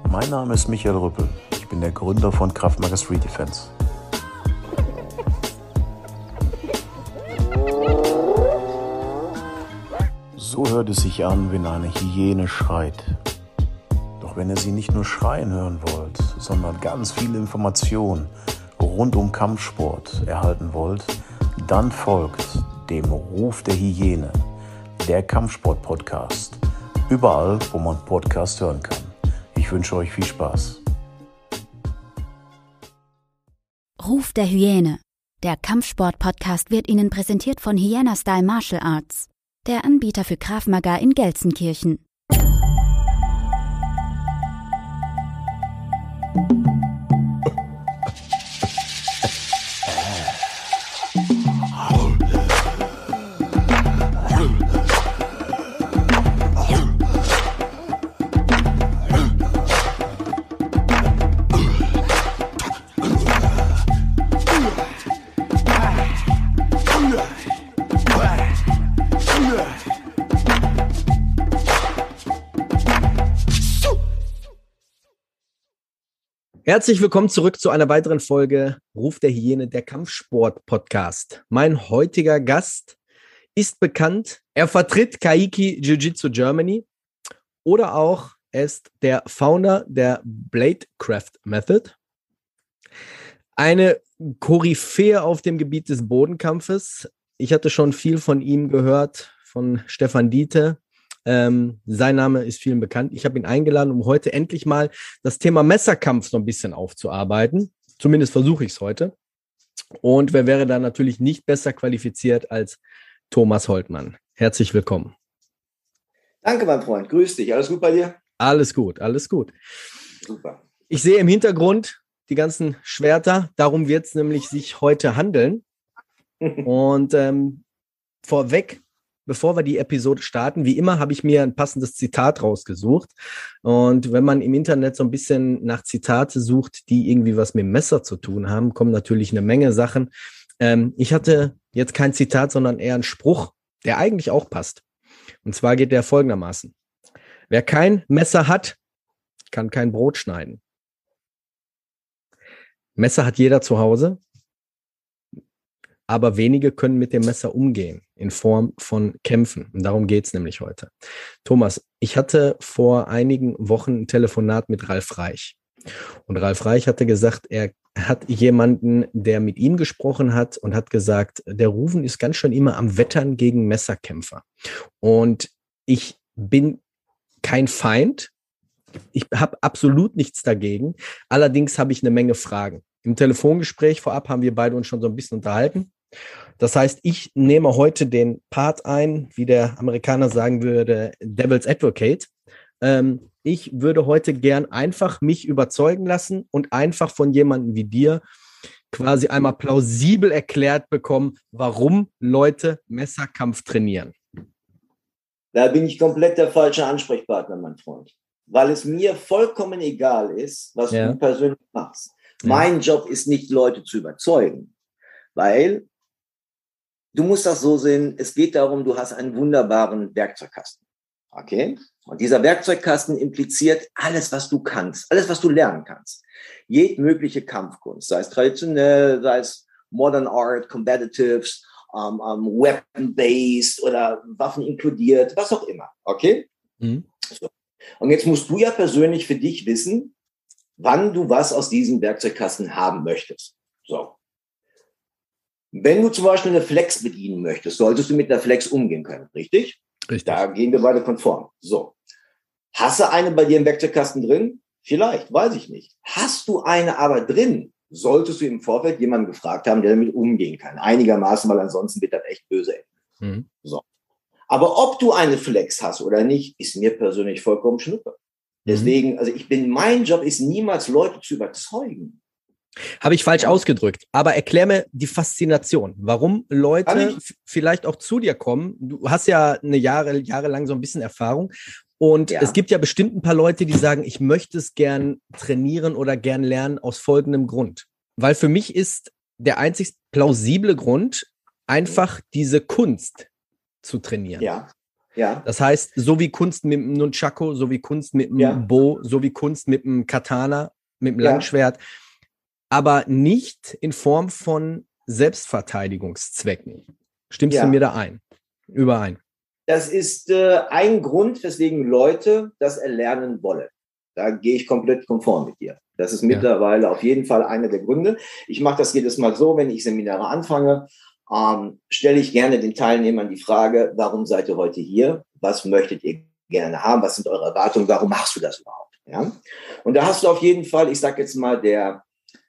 Mein Name ist Michael Rüppel. Ich bin der Gründer von Krav Maga Street Defense. So hört es sich an, wenn eine Hyäne schreit. Doch wenn ihr sie nicht nur schreien hören wollt, sondern ganz viele Informationen rund um Kampfsport erhalten wollt, dann folgt dem Ruf der Hyäne, der Kampfsport-Podcast. Überall, wo man Podcast hören kann. Ich wünsche euch viel Spaß. Ruf der Hyäne. Der Kampfsport-Podcast wird Ihnen präsentiert von Hyena Style Martial Arts, der Anbieter für Krav Maga in Gelsenkirchen. Herzlich willkommen zurück zu einer weiteren Folge Ruf der Hyäne, der Kampfsport-Podcast. Mein heutiger Gast ist bekannt, er vertritt Kaiki Jiu-Jitsu Germany oder auch er ist der Founder der Bladecraft Method. Eine Koryphäe auf dem Gebiet des Bodenkampfes. Ich hatte schon viel von ihm gehört, von Stefan Diethe. Sein Name ist vielen bekannt. Ich habe ihn eingeladen, um heute endlich mal das Thema Messerkampf so ein bisschen aufzuarbeiten. Zumindest versuche ich es heute. Und wer wäre da natürlich nicht besser qualifiziert als Thomas Holtmann. Herzlich willkommen. Danke, mein Freund. Grüß dich. Alles gut bei dir? Alles gut, alles gut. Super. Ich sehe im Hintergrund die ganzen Schwerter. Darum wird es nämlich sich heute handeln. Und vorweg, bevor wir die Episode starten, wie immer habe ich mir ein passendes Zitat rausgesucht. Und wenn man im Internet so ein bisschen nach Zitate sucht, die irgendwie was mit dem Messer zu tun haben, kommen natürlich eine Menge Sachen. Ich hatte jetzt kein Zitat, sondern eher einen Spruch, der eigentlich auch passt. Und zwar geht der folgendermaßen. Wer kein Messer hat, kann kein Brot schneiden. Messer hat jeder zu Hause. Aber wenige können mit dem Messer umgehen in Form von Kämpfen. Und darum geht es nämlich heute. Thomas, ich hatte vor einigen Wochen ein Telefonat mit Ralf Reich. Und Ralf Reich hatte gesagt, er hat jemanden, der mit ihm gesprochen hat und hat gesagt, der Ruven ist ganz schön immer am Wettern gegen Messerkämpfer. Und ich bin kein Feind. Ich habe absolut nichts dagegen. Allerdings habe ich eine Menge Fragen. Im Telefongespräch vorab haben wir beide uns schon so ein bisschen unterhalten. Das heißt, ich nehme heute den Part ein, wie der Amerikaner sagen würde, Devil's Advocate. Ich würde heute gern einfach mich überzeugen lassen und einfach von jemandem wie dir quasi einmal plausibel erklärt bekommen, warum Leute Messerkampf trainieren. Da bin ich komplett der falsche Ansprechpartner, mein Freund. Weil es mir vollkommen egal ist, was du persönlich machst. Mein Job ist nicht, Leute zu überzeugen, weil du musst das so sehen, es geht darum, du hast einen wunderbaren Werkzeugkasten. Okay? Und dieser Werkzeugkasten impliziert alles, was du kannst, alles, was du lernen kannst. Jedmögliche Kampfkunst, sei es traditionell, sei es Modern Art, Combatives, Weapon-based oder Waffen inkludiert, was auch immer. Okay? Mhm. So. Und jetzt musst du ja persönlich für dich wissen, wann du was aus diesem Werkzeugkasten haben möchtest. So. Wenn du zum Beispiel eine Flex bedienen möchtest, solltest du mit der Flex umgehen können, richtig? Richtig. Da gehen wir beide konform. So. Hast du eine bei dir im Werkzeugkasten drin? Vielleicht, weiß ich nicht. Hast du eine aber drin, solltest du im Vorfeld jemanden gefragt haben, der damit umgehen kann. Einigermaßen, weil ansonsten wird das echt böse enden. Mhm. So. Aber ob du eine Flex hast oder nicht, ist mir persönlich vollkommen schnuppe. Deswegen, also mein Job ist niemals Leute zu überzeugen. Habe ich falsch ausgedrückt, aber erklär mir die Faszination, warum Leute vielleicht auch zu dir kommen. Du hast ja jahrelang so ein bisschen Erfahrung und es gibt ja bestimmt ein paar Leute, die sagen, ich möchte es gern trainieren oder gern lernen aus folgendem Grund. Weil für mich ist der einzig plausible Grund, einfach diese Kunst zu trainieren. Ja. Ja. Das heißt, so wie Kunst mit dem Nunchaku, so wie Kunst mit dem Bo, so wie Kunst mit dem Katana, mit dem Langschwert, aber nicht in Form von Selbstverteidigungszwecken. Stimmst du mir da überein? Das ist ein Grund, weswegen Leute das erlernen wollen. Da gehe ich komplett konform mit dir. Das ist mittlerweile auf jeden Fall einer der Gründe. Ich mache das jedes Mal so, wenn ich Seminare anfange, stelle ich gerne den Teilnehmern die Frage, warum seid ihr heute hier? Was möchtet ihr gerne haben? Was sind eure Erwartungen? Warum machst du das überhaupt? Ja? Und da hast du auf jeden Fall, ich sage jetzt mal, der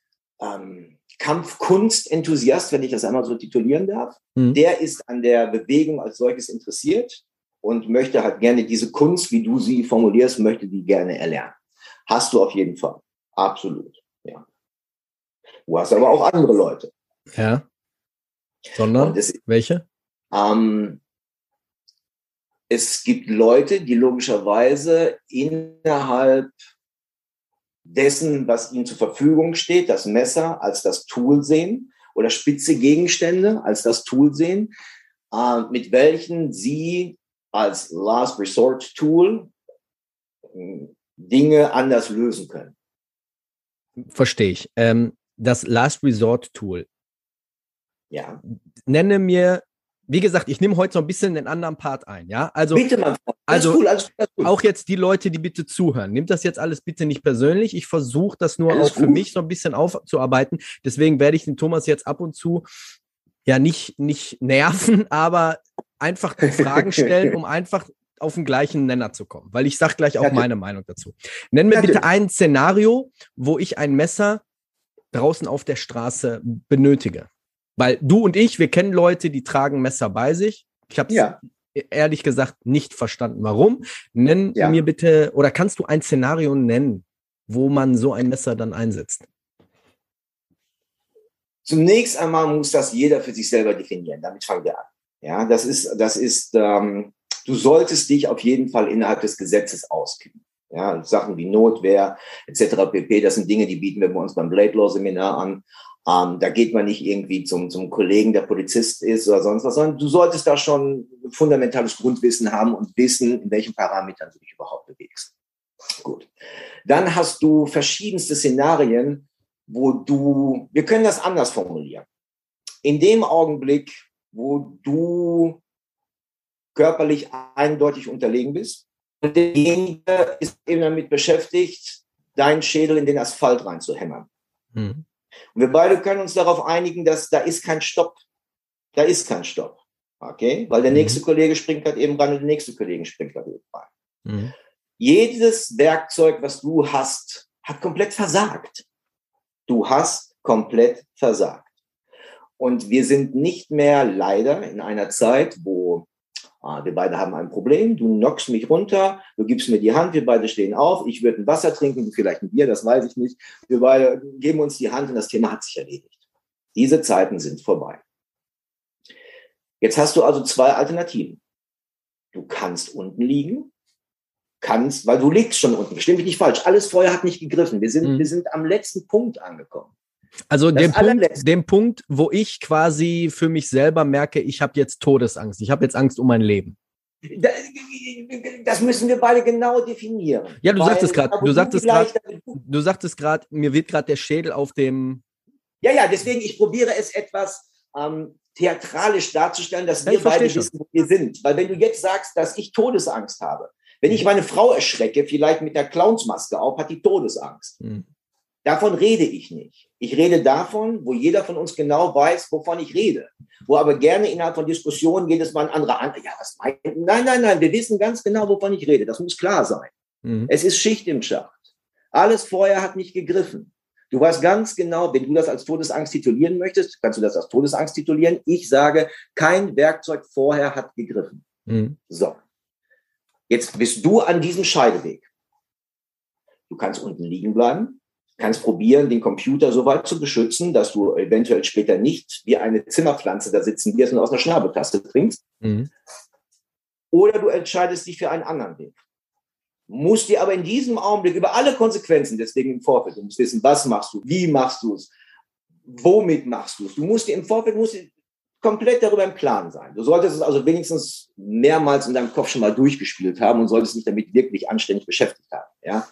Kampfkunst-Enthusiast, wenn ich das einmal so titulieren darf, der ist an der Bewegung als solches interessiert und möchte halt gerne diese Kunst, wie du sie formulierst, möchte die gerne erlernen. Hast du auf jeden Fall. Absolut. Ja. Du hast aber auch andere Leute. Ja. Sondern? Welche? Es gibt Leute, die logischerweise innerhalb dessen, was ihnen zur Verfügung steht, das Messer als das Tool sehen oder spitze Gegenstände als das Tool sehen, mit welchen sie als Last Resort Tool Dinge anders lösen können. Verstehe ich. Das Last Resort Tool. Ja. Nenne mir, wie gesagt, ich nehme heute so ein bisschen den anderen Part ein, ja? Also, bitte, Mann. Also alles cool. Auch jetzt die Leute, die bitte zuhören. Nehmt das jetzt alles bitte nicht persönlich. Ich versuche das nur alles auch für mich so ein bisschen aufzuarbeiten. Deswegen werde ich den Thomas jetzt ab und zu ja nicht nerven, aber einfach Fragen stellen, um einfach auf den gleichen Nenner zu kommen. Weil ich sage gleich auch meine Meinung dazu. Nenn mir bitte ein Szenario, wo ich ein Messer draußen auf der Straße benötige. Weil du und ich, wir kennen Leute, die tragen Messer bei sich. Ich habe es ehrlich gesagt nicht verstanden, warum. Nenn mir bitte, oder kannst du ein Szenario nennen, wo man so ein Messer dann einsetzt? Zunächst einmal muss das jeder für sich selber definieren. Damit fangen wir an. Ja, das ist, du solltest dich auf jeden Fall innerhalb des Gesetzes auskennen. Ja, Sachen wie Notwehr etc. pp. Das sind Dinge, die bieten wir bei uns beim Blade Law Seminar an. Da geht man nicht irgendwie zum Kollegen, der Polizist ist oder sonst was, sondern du solltest da schon fundamentales Grundwissen haben und wissen, in welchen Parametern du dich überhaupt bewegst. Gut. Dann hast du verschiedenste Szenarien, wir können das anders formulieren. In dem Augenblick, wo du körperlich eindeutig unterlegen bist, und derjenige ist eben damit beschäftigt, deinen Schädel in den Asphalt reinzuhämmern. Mhm. Und wir beide können uns darauf einigen, dass da ist kein Stopp. Da ist kein Stopp. Okay? Weil der nächste Kollege springt halt eben rein und der nächste Kollege springt halt eben rein. Mhm. Jedes Werkzeug, was du hast, hat komplett versagt. Du hast komplett versagt. Und wir sind nicht mehr leider in einer Zeit, wo wir beide haben ein Problem, du knockst mich runter, du gibst mir die Hand, wir beide stehen auf, ich würde ein Wasser trinken, du vielleicht ein Bier, das weiß ich nicht. Wir beide geben uns die Hand und das Thema hat sich erledigt. Diese Zeiten sind vorbei. Jetzt hast du also zwei Alternativen. Du kannst unten liegen, weil du liegst schon unten, versteh mich nicht falsch, alles vorher hat nicht gegriffen, wir sind am letzten Punkt angekommen. Also dem Punkt, wo ich quasi für mich selber merke, ich habe jetzt Todesangst. Ich habe jetzt Angst um mein Leben. Das müssen wir beide genau definieren. Ja, du sagtest gerade, mir wird gerade der Schädel auf dem... Ja, deswegen, ich probiere es etwas theatralisch darzustellen, dass wir beide wissen, wo wir sind. Weil wenn du jetzt sagst, dass ich Todesangst habe, wenn ich meine Frau erschrecke, vielleicht mit der Clownsmaske auf, hat die Todesangst. Davon rede ich nicht. Ich rede davon, wo jeder von uns genau weiß, wovon ich rede. Wo aber gerne innerhalb von Diskussionen jedes Mal ein anderer an. Ja, was meint? Nein. Wir wissen ganz genau, wovon ich rede. Das muss klar sein. Es ist Schicht im Schacht. Alles vorher hat nicht gegriffen. Du weißt ganz genau, wenn du das als Todesangst titulieren möchtest, kannst du das als Todesangst titulieren. Ich sage, kein Werkzeug vorher hat gegriffen. So. Jetzt bist du an diesem Scheideweg. Du kannst unten liegen bleiben. Kannst probieren, den Computer so weit zu beschützen, dass du eventuell später nicht wie eine Zimmerpflanze da sitzen wirst und aus einer Schnabeltaste trinkst. Oder du entscheidest dich für einen anderen Weg. Musst dir aber in diesem Augenblick über alle Konsequenzen, deswegen im Vorfeld, du musst wissen, was machst du, wie machst du es, womit machst du es. Du musst dir im Vorfeld komplett darüber im Klaren sein. Du solltest es also wenigstens mehrmals in deinem Kopf schon mal durchgespielt haben und solltest dich damit wirklich anständig beschäftigt haben. Ja?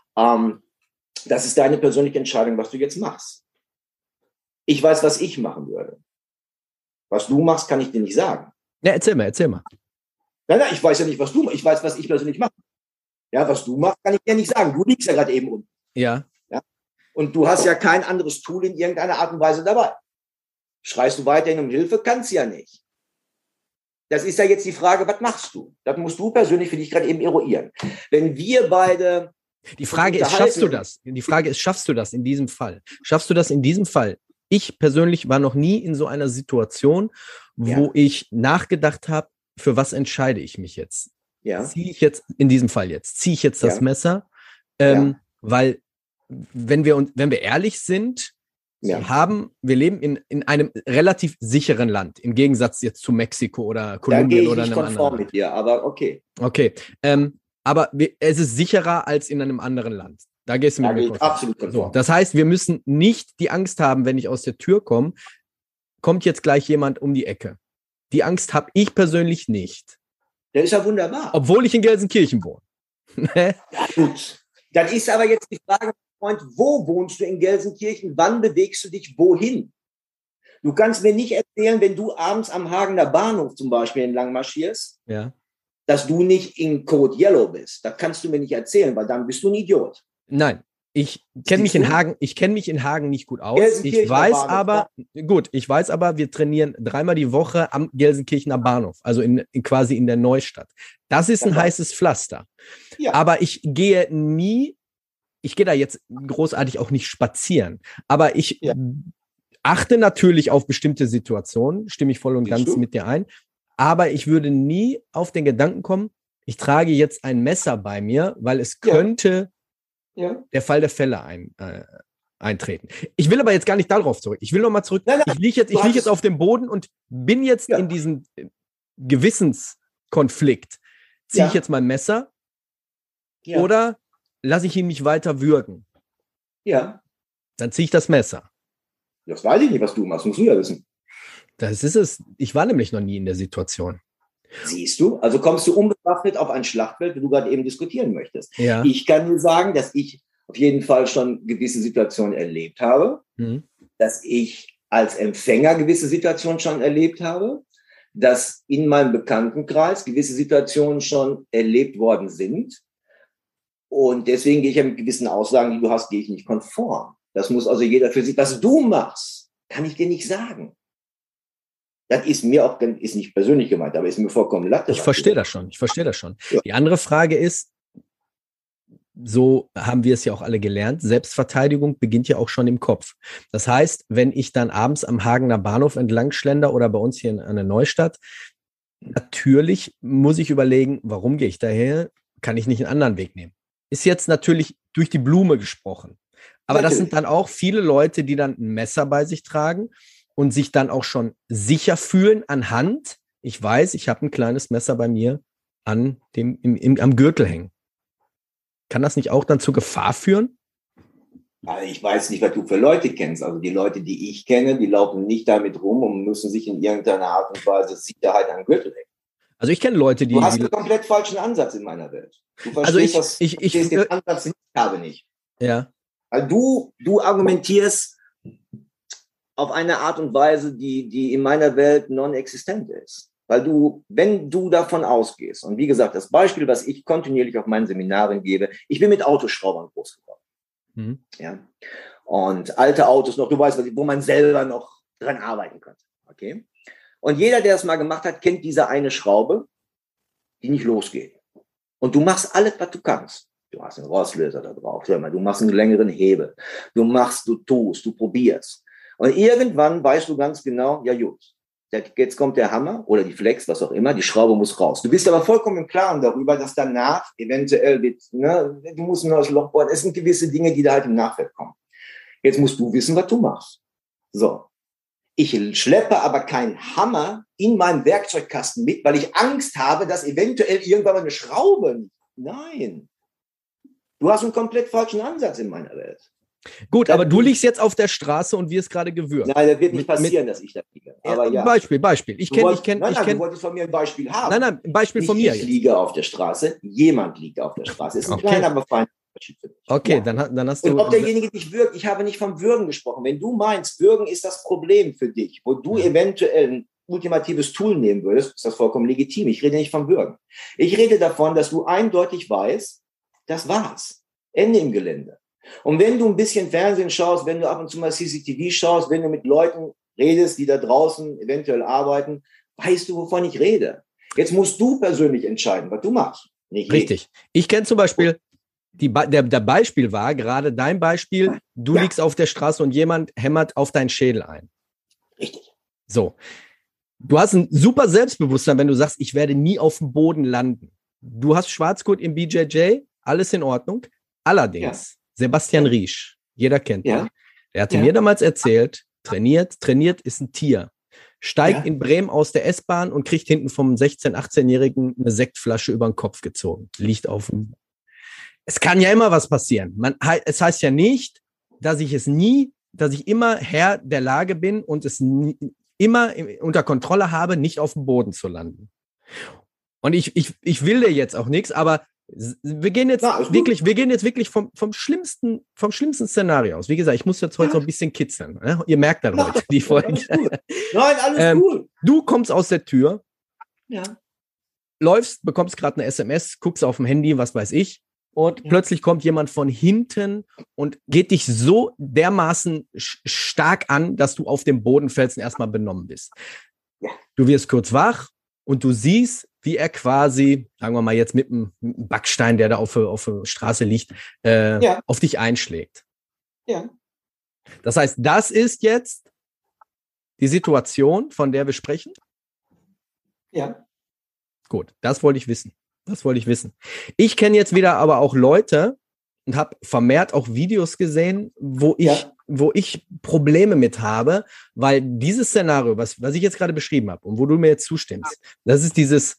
Das ist deine persönliche Entscheidung, was du jetzt machst. Ich weiß, was ich machen würde. Was du machst, kann ich dir nicht sagen. Ja, erzähl mal. Nein, ich weiß ja nicht, was du machst. Ich weiß, was ich persönlich mache. Ja, was du machst, kann ich dir nicht sagen. Du liegst ja gerade eben unten. Ja. Und du hast ja kein anderes Tool in irgendeiner Art und Weise dabei. Schreist du weiterhin um Hilfe? Kannst du ja nicht. Das ist ja jetzt die Frage, was machst du? Das musst du persönlich für dich gerade eben eruieren. Wenn wir beide... Die Frage ist, schaffst du das? Die Frage ist, schaffst du das in diesem Fall? Schaffst du das in diesem Fall? Ich persönlich war noch nie in so einer Situation, wo ich nachgedacht habe, für was entscheide ich mich jetzt? Ja. Ziehe ich jetzt das Messer? Weil, wenn wir ehrlich sind, wir leben in einem relativ sicheren Land, im Gegensatz jetzt zu Mexiko oder Kolumbien oder einem anderen. Konform mit dir, aber okay. Okay, aber es ist sicherer als in einem anderen Land. Da gehst du mit mir konform. Absolut konform. So, das heißt, wir müssen nicht die Angst haben, wenn ich aus der Tür komme, kommt jetzt gleich jemand um die Ecke. Die Angst habe ich persönlich nicht. Das ist ja wunderbar. Obwohl ich in Gelsenkirchen wohne. Ja, gut. Dann ist aber jetzt die Frage, Freund, wo wohnst du in Gelsenkirchen? Wann bewegst du dich wohin? Du kannst mir nicht erzählen, wenn du abends am Hagener Bahnhof zum Beispiel entlang marschierst, dass du nicht in Code Yellow bist. Das kannst du mir nicht erzählen, weil dann bist du ein Idiot. Nein, ich kenne mich in Hagen nicht gut aus. Ich weiß aber, wir trainieren 3-mal die Woche am Gelsenkirchener Bahnhof, also quasi in der Neustadt. Das ist ein heißes Pflaster. Ja. Aber ich gehe da jetzt großartig auch nicht spazieren. Aber ich achte natürlich auf bestimmte Situationen, stimme ich voll und ganz mit dir ein. Aber ich würde nie auf den Gedanken kommen, ich trage jetzt ein Messer bei mir, weil es könnte der Fall der Fälle eintreten. Ich will aber jetzt gar nicht darauf zurück. Ich will noch mal zurück. Nein. Ich liege jetzt auf dem Boden und bin jetzt in diesem Gewissenskonflikt. Ziehe ich jetzt mein Messer oder lasse ich ihn mich weiter würgen? Ja. Dann ziehe ich das Messer. Das weiß ich nicht, was du machst. Musst du ja wissen. Das ist es. Ich war nämlich noch nie in der Situation. Siehst du? Also kommst du unbewaffnet auf ein Schlachtfeld, wie du gerade eben diskutieren möchtest. Ja. Ich kann nur sagen, dass ich auf jeden Fall schon gewisse Situationen erlebt habe, dass ich als Empfänger gewisse Situationen schon erlebt habe, dass in meinem Bekanntenkreis gewisse Situationen schon erlebt worden sind. Und deswegen gehe ich ja mit gewissen Aussagen, die du hast, gehe ich nicht konform. Das muss also jeder für sich. Was du machst, kann ich dir nicht sagen. Das ist mir auch, ist nicht persönlich gemeint, aber ist mir vollkommen latte. Ich verstehe das schon. Ja. Die andere Frage ist, so haben wir es ja auch alle gelernt, Selbstverteidigung beginnt ja auch schon im Kopf. Das heißt, wenn ich dann abends am Hagener Bahnhof entlang schlender oder bei uns hier an der Neustadt, natürlich muss ich überlegen, warum gehe ich daher? Kann ich nicht einen anderen Weg nehmen? Ist jetzt natürlich durch die Blume gesprochen. Aber das sind dann auch viele Leute, die dann ein Messer bei sich tragen und sich dann auch schon sicher fühlen anhand. Ich weiß, ich habe ein kleines Messer bei mir am Gürtel hängen. Kann das nicht auch dann zur Gefahr führen? Also ich weiß nicht, was du für Leute kennst. Also die Leute, die ich kenne, die laufen nicht damit rum und müssen sich in irgendeiner Art und Weise Sicherheit am Gürtel hängen. Also ich kenne Leute, die... Du hast einen komplett falschen Ansatz in meiner Welt. Du verstehst, den Ansatz, den ich habe, nicht. Ja. Weil du argumentierst auf eine Art und Weise, die in meiner Welt non-existent ist. Weil wenn du davon ausgehst, und wie gesagt, das Beispiel, was ich kontinuierlich auf meinen Seminaren gebe, ich bin mit Autoschraubern groß geworden. Ja? Und alte Autos noch, du weißt, wo man selber noch dran arbeiten könnte. Okay? Und jeder, der das mal gemacht hat, kennt diese eine Schraube, die nicht losgeht. Und du machst alles, was du kannst. Du hast einen Rostlöser da drauf, du machst einen längeren Hebel, du tust, du probierst. Und irgendwann weißt du ganz genau, ja gut, jetzt kommt der Hammer oder die Flex, was auch immer, die Schraube muss raus. Du bist aber vollkommen im Klaren darüber, dass danach eventuell du musst ein neues Loch bohren. Es sind gewisse Dinge, die da halt im Nachfeld kommen. Jetzt musst du wissen, was du machst. So. Ich schleppe aber keinen Hammer in meinem Werkzeugkasten mit, weil ich Angst habe, dass eventuell irgendwann mal eine Schraube... Nein. Du hast einen komplett falschen Ansatz in meiner Welt. Gut, aber du liegst jetzt auf der Straße und wirst gerade gewürgt. Nein, das wird nicht passieren, dass ich da liege. Aber ja. Beispiel. Du wolltest von mir ein Beispiel haben. Nein, ein Beispiel von mir. Ich liege auf der Straße, jemand liegt auf der Straße. Es ist ein kleiner, aber feiner Unterschied für mich. Okay, ja. dann hast du... Und ob derjenige dich würgt, ich habe nicht vom Würgen gesprochen. Wenn du meinst, Würgen ist das Problem für dich, wo du eventuell ein ultimatives Tool nehmen würdest, ist das vollkommen legitim. Ich rede nicht vom Würgen. Ich rede davon, dass du eindeutig weißt, das war's. Ende im Gelände. Und wenn du ein bisschen Fernsehen schaust, wenn du ab und zu mal CCTV schaust, wenn du mit Leuten redest, die da draußen eventuell arbeiten, weißt du, wovon ich rede. Jetzt musst du persönlich entscheiden, was du machst. Nicht richtig. Ich kenne zum Beispiel, der Beispiel war gerade dein Beispiel, du liegst auf der Straße und jemand hämmert auf deinen Schädel ein. Richtig. So. Du hast ein super Selbstbewusstsein, wenn du sagst, ich werde nie auf dem Boden landen. Du hast Schwarzgurt im BJJ, alles in Ordnung. Allerdings, Sebastian Riesch, jeder kennt ihn. Der hatte mir damals erzählt, trainiert ist ein Tier. Steigt in Bremen aus der S-Bahn und kriegt hinten vom 16-, 18-Jährigen eine Sektflasche über den Kopf gezogen. Liegt auf dem... Es kann ja immer was passieren. Es heißt ja nicht, dass ich immer Herr der Lage bin und es immer unter Kontrolle habe, nicht auf dem Boden zu landen. Und ich will dir jetzt auch nichts, aber wir gehen jetzt wirklich vom schlimmsten Szenario aus. Wie gesagt, ich muss jetzt heute so ein bisschen kitzeln. Ne? Ihr merkt dann heute die Folge. Alles gut. Du kommst aus der Tür, läufst, bekommst gerade eine SMS, guckst auf dem Handy, was weiß ich, und plötzlich kommt jemand von hinten und geht dich so dermaßen stark an, dass du auf dem Boden fällst und erstmal benommen bist. Ja. Du wirst kurz wach und du siehst, wie er quasi, sagen wir mal jetzt mit einem Backstein, der da auf der Straße liegt, auf dich einschlägt. Ja. Das heißt, das ist jetzt die Situation, von der wir sprechen? Ja. Gut, das wollte ich wissen. Ich kenne jetzt wieder aber auch Leute und habe vermehrt auch Videos gesehen, wo ich Probleme mit habe, weil dieses Szenario, was ich jetzt gerade beschrieben habe und wo du mir jetzt zustimmst, das ist dieses,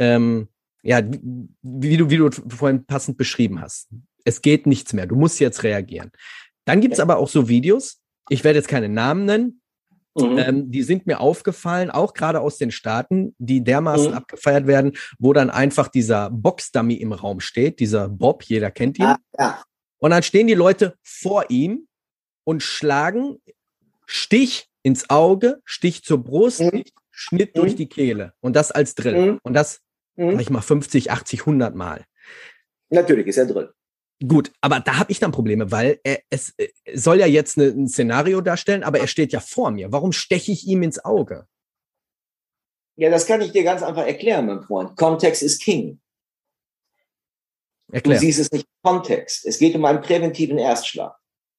wie du vorhin passend beschrieben hast. Es geht nichts mehr, du musst jetzt reagieren. Dann gibt es aber auch so Videos, ich werde jetzt keine Namen nennen, die sind mir aufgefallen, auch gerade aus den Staaten, die dermaßen abgefeiert werden, wo dann einfach dieser Boxdummy im Raum steht, dieser Bob, jeder kennt ihn. Und dann stehen die Leute vor ihm und schlagen Stich ins Auge, Stich zur Brust, Schnitt durch die Kehle. Und das als Drill. Und das, sag ich mal, 50, 80, 100 Mal. Natürlich ist er Drill. Gut, aber da habe ich dann Probleme, weil es soll ja jetzt ein Szenario darstellen, aber er steht ja vor mir. Warum steche ich ihm ins Auge? Ja, das kann ich dir ganz einfach erklären, mein Freund. Kontext ist King. Erklär. Du siehst es nicht im Kontext. Es geht um einen präventiven Erstschlag.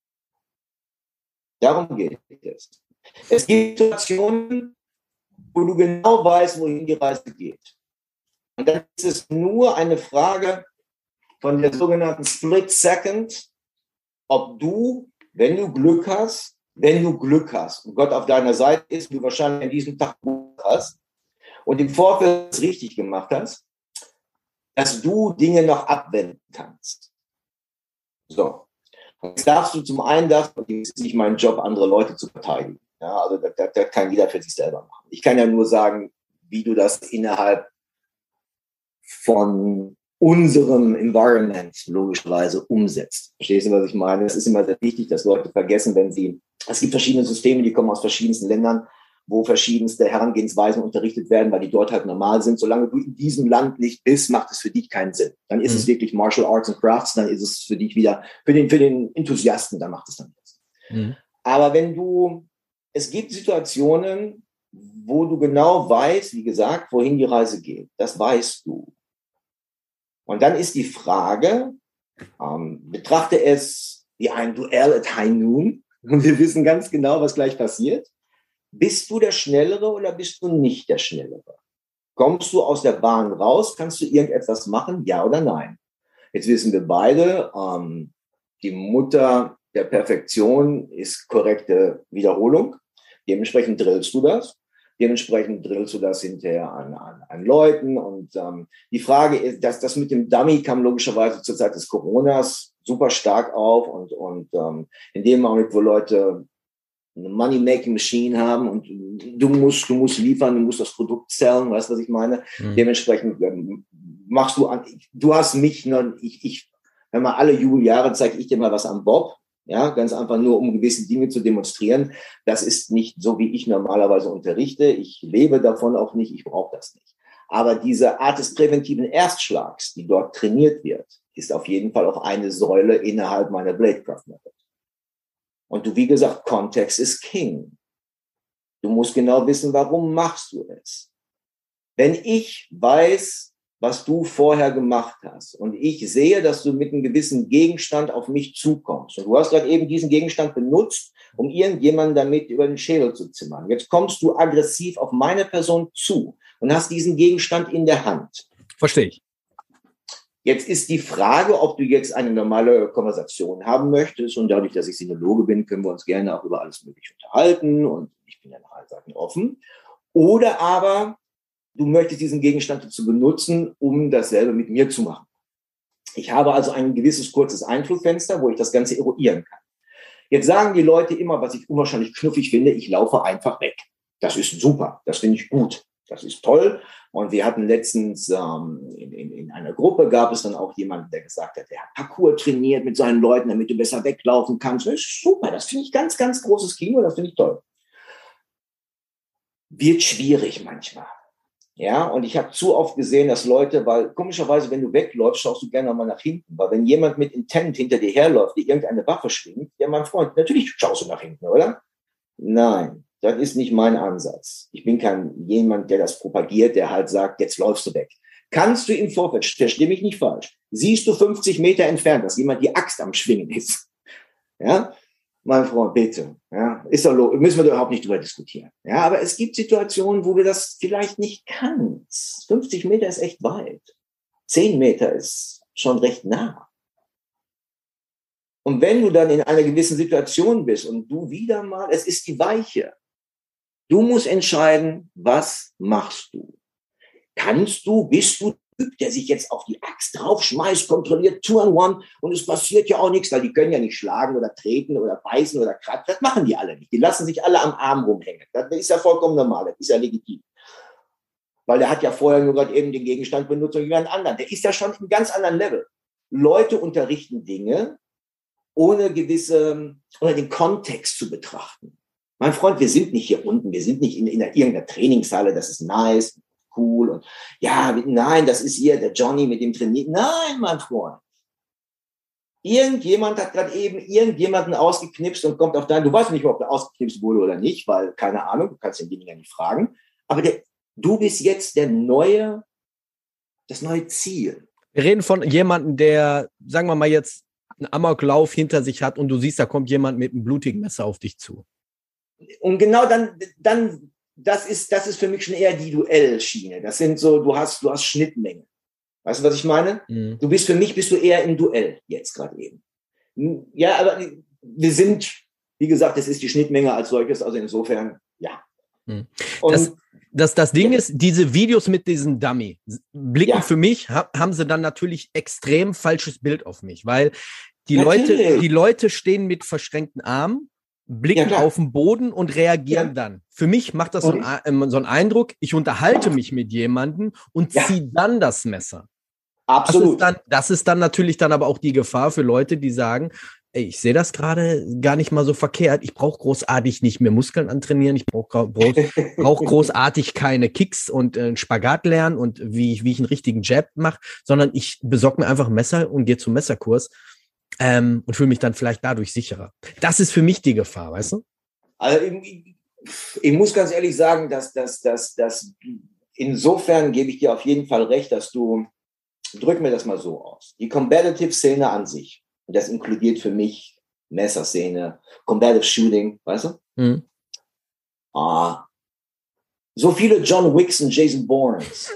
Darum geht es. Es gibt Situationen, wo du genau weißt, wohin die Reise geht. Und dann ist es nur eine Frage von der sogenannten Split Second, ob du, wenn du Glück hast und Gott auf deiner Seite ist, du wahrscheinlich an diesem Tag Glück hast und im Vorfeld es richtig gemacht hast, dass du Dinge noch abwenden kannst. So. Und jetzt darfst du zum einen, das ist nicht mein Job, andere Leute zu verteidigen. Ja, also das kann jeder für sich selber machen. Ich kann ja nur sagen, wie du das innerhalb von unserem Environment logischerweise umsetzt. Verstehst du, was ich meine? Es ist immer sehr wichtig, dass Leute vergessen, es gibt verschiedene Systeme, die kommen aus verschiedensten Ländern, wo verschiedenste Herangehensweisen unterrichtet werden, weil die dort halt normal sind. Solange du in diesem Land nicht bist, macht es für dich keinen Sinn. Dann ist es wirklich Martial Arts and Crafts, dann ist es für dich wieder, für den Enthusiasten, dann macht es dann was. Aber es gibt Situationen, wo du genau weißt, wie gesagt, wohin die Reise geht. Das weißt du. Und dann ist die Frage, betrachte es wie ein Duell at High Noon. Und wir wissen ganz genau, was gleich passiert. Bist du der Schnellere oder bist du nicht der Schnellere? Kommst du aus der Bahn raus? Kannst du irgendetwas machen? Ja oder nein? Jetzt wissen wir beide, die Mutter der Perfektion ist korrekte Wiederholung. Dementsprechend drillst du das. Dementsprechend drillst du das hinterher an Leuten. Und die Frage ist, dass das mit dem Dummy kam logischerweise zur Zeit des Coronas super stark auf. Und in dem Augenblick, wo Leute eine Money-Making-Machine haben und du musst liefern, du musst das Produkt sellen, weißt du, was ich meine? Dementsprechend machst du hast mich noch, wenn man alle Jubeljahre zeige ich dir mal was am Bob. Ja, ganz einfach nur, um gewisse Dinge zu demonstrieren. Das ist nicht so, wie ich normalerweise unterrichte. Ich lebe davon auch nicht. Ich brauche das nicht. Aber diese Art des präventiven Erstschlags, die dort trainiert wird, ist auf jeden Fall auch eine Säule innerhalb meiner Bladecraft Method. Und du, wie gesagt, Kontext ist King. Du musst genau wissen, warum machst du es. Wenn ich weiß, was du vorher gemacht hast und ich sehe, dass du mit einem gewissen Gegenstand auf mich zukommst und du hast gerade eben diesen Gegenstand benutzt, um irgendjemanden damit über den Schädel zu zimmern. Jetzt kommst du aggressiv auf meine Person zu und hast diesen Gegenstand in der Hand. Verstehe ich. Jetzt ist die Frage, ob du jetzt eine normale Konversation haben möchtest und dadurch, dass ich Sinologe bin, können wir uns gerne auch über alles Mögliche unterhalten und ich bin ja nach allen Seiten offen. Oder aber du möchtest diesen Gegenstand dazu benutzen, um dasselbe mit mir zu machen. Ich habe also ein gewisses kurzes Einflussfenster, wo ich das Ganze eruieren kann. Jetzt sagen die Leute immer, was ich unwahrscheinlich knuffig finde, ich laufe einfach weg. Das ist super, das finde ich gut, das ist toll. Und wir hatten letztens in einer Gruppe gab es dann auch jemanden, der gesagt hat, der hat Parkour trainiert mit seinen Leuten, damit du besser weglaufen kannst. Das ist super, das finde ich ganz, ganz großes Kino, das finde ich toll. Wird schwierig manchmal. Ja, und ich habe zu oft gesehen, dass Leute, weil komischerweise, wenn du wegläufst, schaust du gerne mal nach hinten. Weil wenn jemand mit Intent hinter dir herläuft, die irgendeine Waffe schwingt, ja, mein Freund, natürlich schaust du nach hinten, oder? Nein, das ist nicht mein Ansatz. Ich bin kein jemand, der das propagiert, der halt sagt, jetzt läufst du weg. Kannst du im Vorfeld, versteh mich nicht falsch, siehst du 50 Meter entfernt, dass jemand die Axt am Schwingen ist? Ja, mein Freund, bitte. Ja, ist doch müssen wir da überhaupt nicht drüber diskutieren. Ja, aber es gibt Situationen, wo wir das vielleicht nicht kannst. 50 Meter ist echt weit. 10 Meter ist schon recht nah. Und wenn du dann in einer gewissen Situation bist und du wieder mal, es ist die Weiche. Du musst entscheiden, was machst du? Bist du der sich jetzt auf die Axt draufschmeißt, kontrolliert 2-on-1 und es passiert ja auch nichts, weil die können ja nicht schlagen oder treten oder beißen oder kratzen. Das machen die alle nicht. Die lassen sich alle am Arm rumhängen. Das ist ja vollkommen normal, das ist ja legitim. Weil der hat ja vorher nur gerade eben den Gegenstand benutzt und jemand anderen. Der ist ja schon im ganz anderen Level. Leute unterrichten Dinge, ohne den Kontext zu betrachten. Mein Freund, wir sind nicht hier unten, wir sind nicht in irgendeiner Trainingshalle, das ist nice, cool und ja, nein, das ist hier der Johnny mit dem Trainieren. Nein, mein Freund. Irgendjemand hat gerade eben irgendjemanden ausgeknipst und kommt auf du weißt nicht, ob der ausgeknipst wurde oder nicht, weil, keine Ahnung, du kannst denjenigen ja nicht fragen, aber du bist jetzt das neue Ziel. Wir reden von jemandem, der, sagen wir mal jetzt, einen Amoklauf hinter sich hat und du siehst, da kommt jemand mit einem blutigen Messer auf dich zu. Und genau dann das ist für mich schon eher die Duellschiene. Das sind so, du hast Schnittmengen. Weißt du, was ich meine? Mhm. Für mich bist du eher im Duell jetzt gerade eben. Ja, aber wir sind, wie gesagt, das ist die Schnittmenge als solches, also insofern, ja. Mhm. Und das Ding ist, diese Videos mit diesem Dummy blicken für mich, haben sie dann natürlich extrem falsches Bild auf mich, weil die Leute stehen mit verschränkten Armen, blicken auf den Boden und reagieren dann. Für mich macht das so einen Eindruck, ich unterhalte mich mit jemandem und ziehe dann das Messer. Absolut. Das ist dann natürlich dann aber auch die Gefahr für Leute, die sagen, ey, ich sehe das gerade gar nicht mal so verkehrt, ich brauche großartig nicht mehr Muskeln antrainieren, ich brauche großartig keine Kicks und Spagat lernen und wie ich einen richtigen Jab mache, sondern ich besorge mir einfach ein Messer und gehe zum Messerkurs. Und fühle mich dann vielleicht dadurch sicherer. Das ist für mich die Gefahr, weißt du? Also ich muss ganz ehrlich sagen, dass insofern gebe ich dir auf jeden Fall recht, dass drück mir das mal so aus, die Competitive-Szene an sich, und das inkludiert für mich Messerszene, Combative Shooting, weißt du? Mhm. So viele John Wicks und Jason Bournes,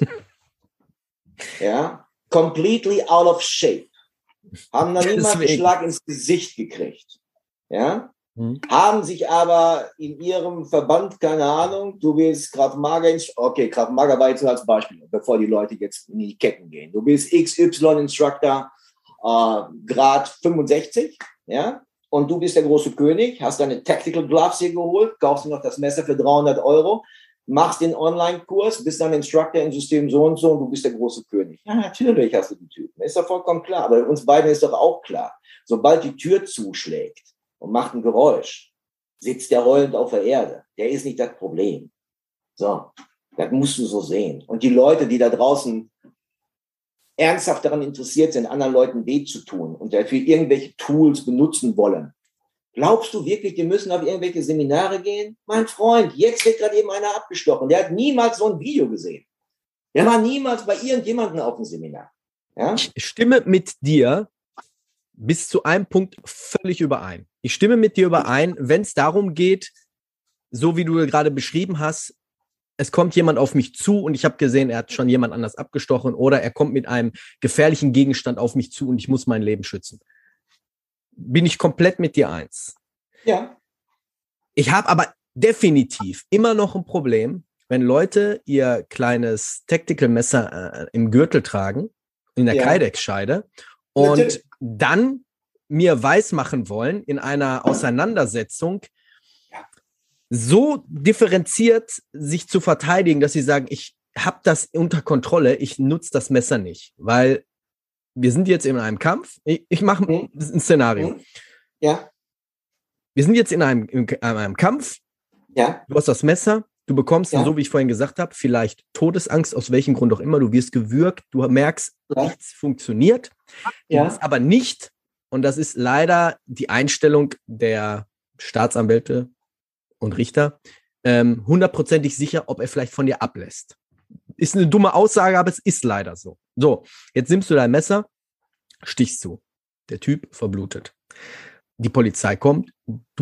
ja, completely out of shape. Haben dann niemand einen Schlag ins Gesicht gekriegt. Ja? haben sich aber in ihrem Verband, keine Ahnung, du bist Krav Maga, okay, Krav Maga war jetzt nur als Beispiel, bevor die Leute jetzt in die Ketten gehen. Du bist XY-Instructor, Grad 65, ja, und du bist der große König, hast deine Tactical Gloves hier geholt, kaufst dir noch das Messer für 300 €, machst den Online-Kurs, bist dann Instructor im System so und du bist der große König. Ja, natürlich hast du die Typen, ist doch vollkommen klar, aber uns beiden ist doch auch klar, sobald die Tür zuschlägt und macht ein Geräusch, sitzt der heulend auf der Erde. Der ist nicht das Problem. So, das musst du so sehen. Und die Leute, die da draußen ernsthaft daran interessiert sind, anderen Leuten weh zu tun und dafür irgendwelche Tools benutzen wollen, glaubst du wirklich, die müssen auf irgendwelche Seminare gehen? Mein Freund, jetzt wird gerade eben einer abgestochen. Der hat niemals so ein Video gesehen. Der war niemals bei irgendjemandem auf dem Seminar. Ja? Ich stimme mit dir bis zu einem Punkt völlig überein. Ich stimme mit dir überein, wenn es darum geht, so wie du gerade beschrieben hast, es kommt jemand auf mich zu und ich habe gesehen, er hat schon jemand anders abgestochen oder er kommt mit einem gefährlichen Gegenstand auf mich zu und ich muss mein Leben schützen. Bin ich komplett mit dir eins. Ja. Ich habe aber definitiv immer noch ein Problem, wenn Leute ihr kleines Tactical-Messer im Gürtel tragen, in der Kydex-Scheide und natürlich dann mir weismachen wollen in einer Auseinandersetzung, so differenziert sich zu verteidigen, dass sie sagen, ich habe das unter Kontrolle, ich nutze das Messer nicht, weil wir sind jetzt in einem Kampf. Ich mache ein Szenario. Ja. Wir sind jetzt in einem Kampf. Ja. Du hast das Messer, du bekommst, so wie ich vorhin gesagt habe, vielleicht Todesangst, aus welchem Grund auch immer, du wirst gewürgt, du merkst, nichts funktioniert. Du bist aber nicht, und das ist leider die Einstellung der Staatsanwälte und Richter, 100%ig sicher, ob er vielleicht von dir ablässt. Ist eine dumme Aussage, aber es ist leider so. So, jetzt nimmst du dein Messer, stichst zu. Der Typ verblutet. Die Polizei kommt,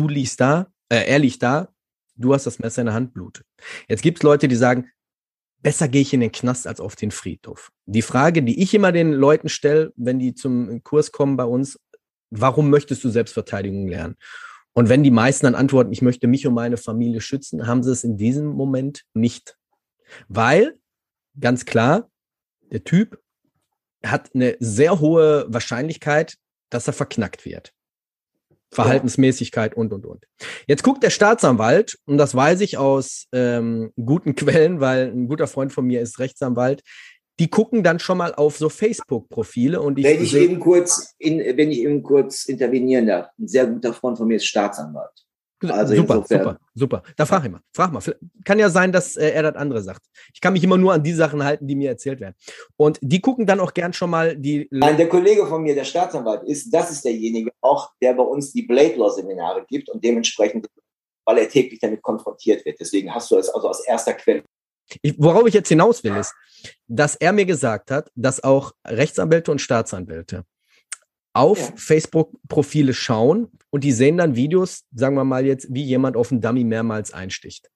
er liegt da, du hast das Messer in der Hand, blutet. Jetzt gibt es Leute, die sagen, besser gehe ich in den Knast als auf den Friedhof. Die Frage, die ich immer den Leuten stelle, wenn die zum Kurs kommen bei uns, warum möchtest du Selbstverteidigung lernen? Und wenn die meisten dann antworten, ich möchte mich und meine Familie schützen, haben sie es in diesem Moment nicht. Weil, ganz klar, der Typ hat eine sehr hohe Wahrscheinlichkeit, dass er verknackt wird. Verhaltensmäßigkeit und. Jetzt guckt der Staatsanwalt, und das weiß ich aus guten Quellen, weil ein guter Freund von mir ist Rechtsanwalt, die gucken dann schon mal auf so Facebook-Profile. Und wenn ich eben kurz intervenieren darf, ein sehr guter Freund von mir ist Staatsanwalt. Also super. Da frag mal. Kann ja sein, dass er das andere sagt. Ich kann mich immer nur an die Sachen halten, die mir erzählt werden. Und die gucken dann auch gern schon mal die... Nein, der Kollege von mir, der Staatsanwalt, das ist derjenige auch, der bei uns die Blade Law Seminare gibt und dementsprechend, weil er täglich damit konfrontiert wird. Deswegen hast du es also aus erster Quelle. Worauf ich jetzt hinaus will, ist, dass er mir gesagt hat, dass auch Rechtsanwälte und Staatsanwälte auf Facebook-Profile schauen und die sehen dann Videos, sagen wir mal jetzt, wie jemand auf einen Dummy mehrmals einsticht.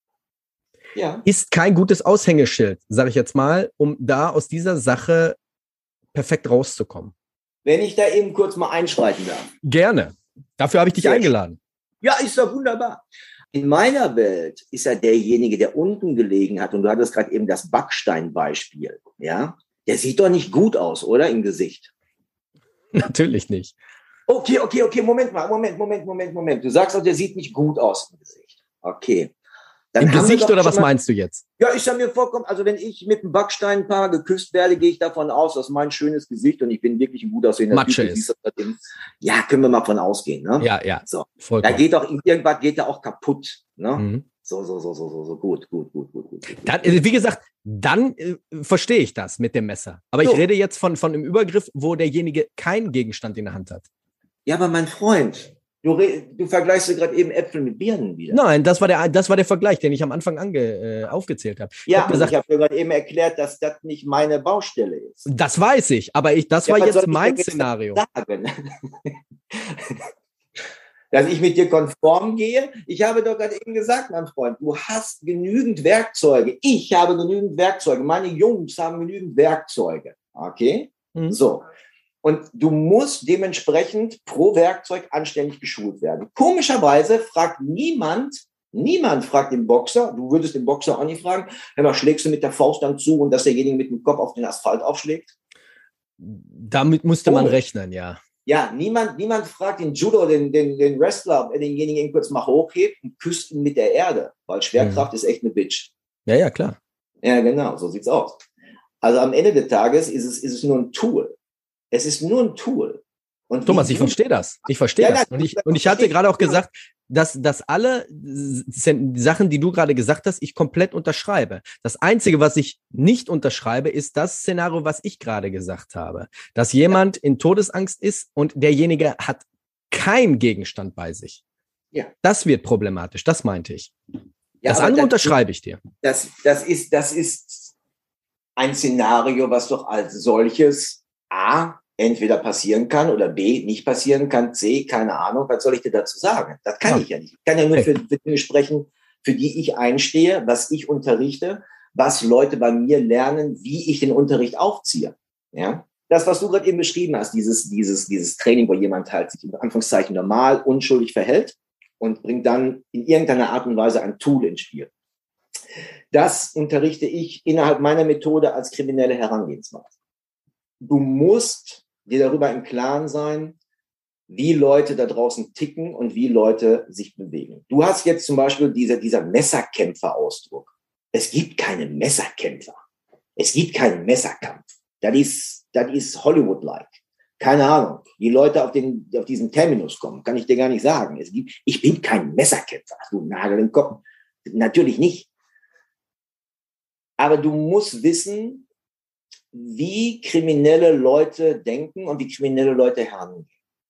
Ja. Ist kein gutes Aushängeschild, sage ich jetzt mal, um da aus dieser Sache perfekt rauszukommen. Wenn ich da eben kurz mal einschreiten darf. Gerne. Dafür habe ich dich eingeladen. Ja, ist doch wunderbar. In meiner Welt ist er derjenige, der unten gelegen hat, und du hattest gerade eben das Backstein-Beispiel, ja? Der sieht doch nicht gut aus, oder? Im Gesicht. Natürlich nicht. Okay, Moment. Du sagst auch, der sieht nicht gut aus im Gesicht. Okay. Dann im Gesicht oder was meinst du jetzt? Ja, ist ja mir vollkommen, also wenn ich mit einem Backsteinpaar geküsst werde, gehe ich davon aus, dass mein schönes Gesicht, und ich bin wirklich ein gut aussehender Matsche ist. Ja, können wir mal von ausgehen, ne? Ja. So. Vollkommen. Da geht doch, irgendwas geht da auch kaputt, ne? Mhm. So, gut. Dann, wie gesagt, dann verstehe ich das mit dem Messer. Aber ich rede jetzt von einem Übergriff, wo derjenige keinen Gegenstand in der Hand hat. Ja, aber mein Freund, du vergleichst gerade eben Äpfel mit Birnen wieder. Nein, das war der Vergleich, den ich am Anfang aufgezählt habe. Ja, ich habe dir gerade eben erklärt, dass das nicht meine Baustelle ist. Das weiß ich, aber das war jetzt mein Szenario. Dass ich mit dir konform gehe. Ich habe doch gerade eben gesagt, mein Freund, du hast genügend Werkzeuge. Ich habe genügend Werkzeuge. Meine Jungs haben genügend Werkzeuge. Okay? So. Und du musst dementsprechend pro Werkzeug anständig geschult werden. Komischerweise fragt niemand fragt den Boxer, du würdest den Boxer auch nicht fragen, hör mal, schlägst du mit der Faust dann zu und dass derjenige mit dem Kopf auf den Asphalt aufschlägt? Damit musste man rechnen, ja. Ja, niemand fragt den Judo, den Wrestler, ob er denjenigen kurz mal hochhebt und küsst ihn mit der Erde, weil Schwerkraft ist echt eine Bitch. Ja, klar. Ja, genau, so sieht's aus. Also am Ende des Tages ist es nur ein Tool. Es ist nur ein Tool. Und Thomas, ich verstehe das. Ich verstehe das. Und ich hatte gerade auch gesagt, dass alle Sachen, die du gerade gesagt hast, ich komplett unterschreibe. Das Einzige, was ich nicht unterschreibe, ist das Szenario, was ich gerade gesagt habe. Dass jemand in Todesangst ist und derjenige hat keinen Gegenstand bei sich. Ja. Das wird problematisch, das meinte ich. Ja, das andere unterschreibe ich dir. Das ist ein Szenario, was doch als solches A, entweder passieren kann oder B, nicht passieren kann, C, keine Ahnung, was soll ich dir dazu sagen? Das kann ich ja nicht. Ich kann ja nur für Dinge sprechen, für die ich einstehe, was ich unterrichte, was Leute bei mir lernen, wie ich den Unterricht aufziehe. Ja? Das, was du gerade eben beschrieben hast, dieses Training, wo jemand halt sich in Anführungszeichen normal, unschuldig verhält und bringt dann in irgendeiner Art und Weise ein Tool ins Spiel. Das unterrichte ich innerhalb meiner Methode als kriminelle Herangehensweise. Du musst dir darüber im Klaren sein, wie Leute da draußen ticken und wie Leute sich bewegen. Du hast jetzt zum Beispiel dieser Messerkämpfer-Ausdruck. Es gibt keine Messerkämpfer. Es gibt keinen Messerkampf. Das ist Hollywood-like. Keine Ahnung. Die Leute auf diesen Terminus kommen, kann ich dir gar nicht sagen. Ich bin kein Messerkämpfer. Du Nagel im Kopf. Natürlich nicht. Aber du musst wissen, wie kriminelle Leute denken und wie kriminelle Leute herangehen.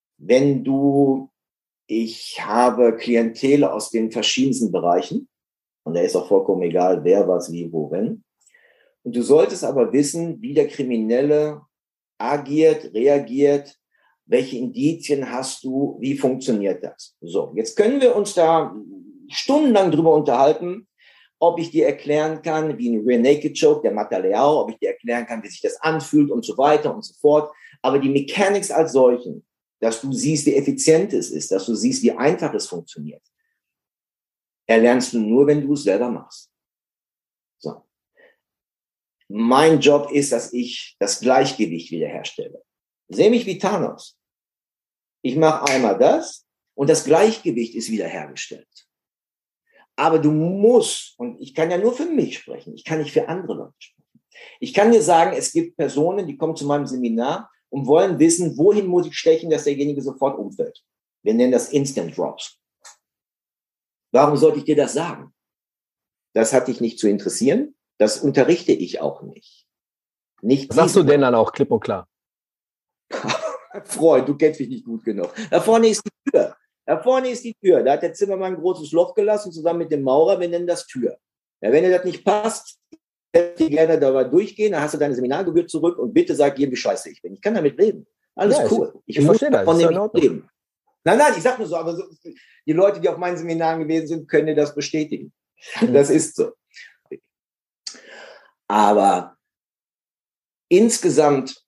Ich habe Klientel aus den verschiedensten Bereichen und da ist auch vollkommen egal, wer, was, wie, wo, wenn. Und du solltest aber wissen, wie der Kriminelle agiert, reagiert, welche Indizien hast du, wie funktioniert das? So, jetzt können wir uns da stundenlang drüber unterhalten, ob ich dir erklären kann, wie ein Rear Naked Choke, der Mataleao, ob ich dir erklären kann, wie sich das anfühlt und so weiter und so fort. Aber die Mechanics als solchen, dass du siehst, wie effizient es ist, dass du siehst, wie einfach es funktioniert, erlernst du nur, wenn du es selber machst. So. Mein Job ist, dass ich das Gleichgewicht wiederherstelle. Sehe mich wie Thanos. Ich mache einmal das und das Gleichgewicht ist wiederhergestellt. Aber du musst, und ich kann ja nur für mich sprechen, ich kann nicht für andere Leute sprechen. Ich kann dir sagen, es gibt Personen, die kommen zu meinem Seminar und wollen wissen, wohin muss ich stechen, dass derjenige sofort umfällt. Wir nennen das Instant Drops. Warum sollte ich dir das sagen? Das hat dich nicht zu interessieren. Das unterrichte ich auch nicht. Was sagst du denn dann auch klipp und klar? Freund, du kennst mich nicht gut genug. Da vorne ist die Tür. Da hat der Zimmermann ein großes Loch gelassen, zusammen mit dem Maurer. Wir nennen das Tür. Ja, wenn dir das nicht passt, ich gerne dabei durchgehen, dann hast du deine Seminargebühr zurück und bitte sag jedem, wie scheiße ich bin. Ich kann damit leben. Alles cool. Ich muss davon nicht leben. Nein, ich sag nur so, aber so, die Leute, die auf meinen Seminaren gewesen sind, können dir das bestätigen. Das ist so. Aber insgesamt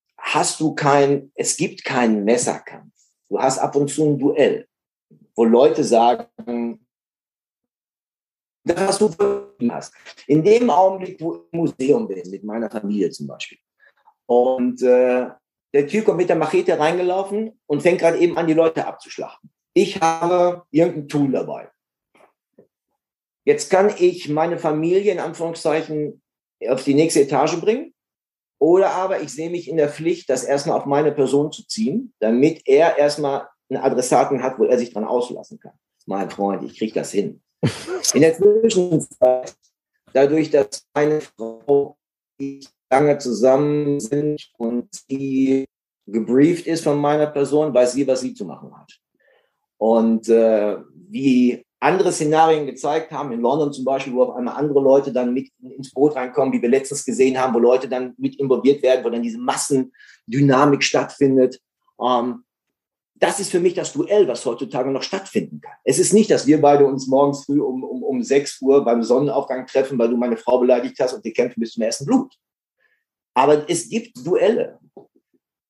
es gibt keinen Messerkampf. Du hast ab und zu ein Duell, wo Leute sagen, das, was du hast. In dem Augenblick, wo ich im Museum bin, mit meiner Familie zum Beispiel, und der Typ kommt mit der Machete reingelaufen und fängt gerade eben an, die Leute abzuschlachten. Ich habe irgendein Tool dabei. Jetzt kann ich meine Familie in Anführungszeichen auf die nächste Etage bringen. Oder aber ich sehe mich in der Pflicht, das erstmal auf meine Person zu ziehen, damit er erstmal einen Adressaten hat, wo er sich dran auslassen kann. Mein Freund, ich kriege das hin. In der Zwischenzeit, dadurch, dass meine Frau lange zusammen sind und sie gebrieft ist von meiner Person, weiß sie, was sie zu machen hat. Und wie andere Szenarien gezeigt haben, in London zum Beispiel, wo auf einmal andere Leute dann mit ins Boot reinkommen, wie wir letztens gesehen haben, wo Leute dann mit involviert werden, wo dann diese Massendynamik stattfindet. Das ist für mich das Duell, was heutzutage noch stattfinden kann. Es ist nicht, dass wir beide uns morgens früh um 6 Uhr beim Sonnenaufgang treffen, weil du meine Frau beleidigt hast und wir kämpfen bis zum ersten Blut. Aber es gibt Duelle.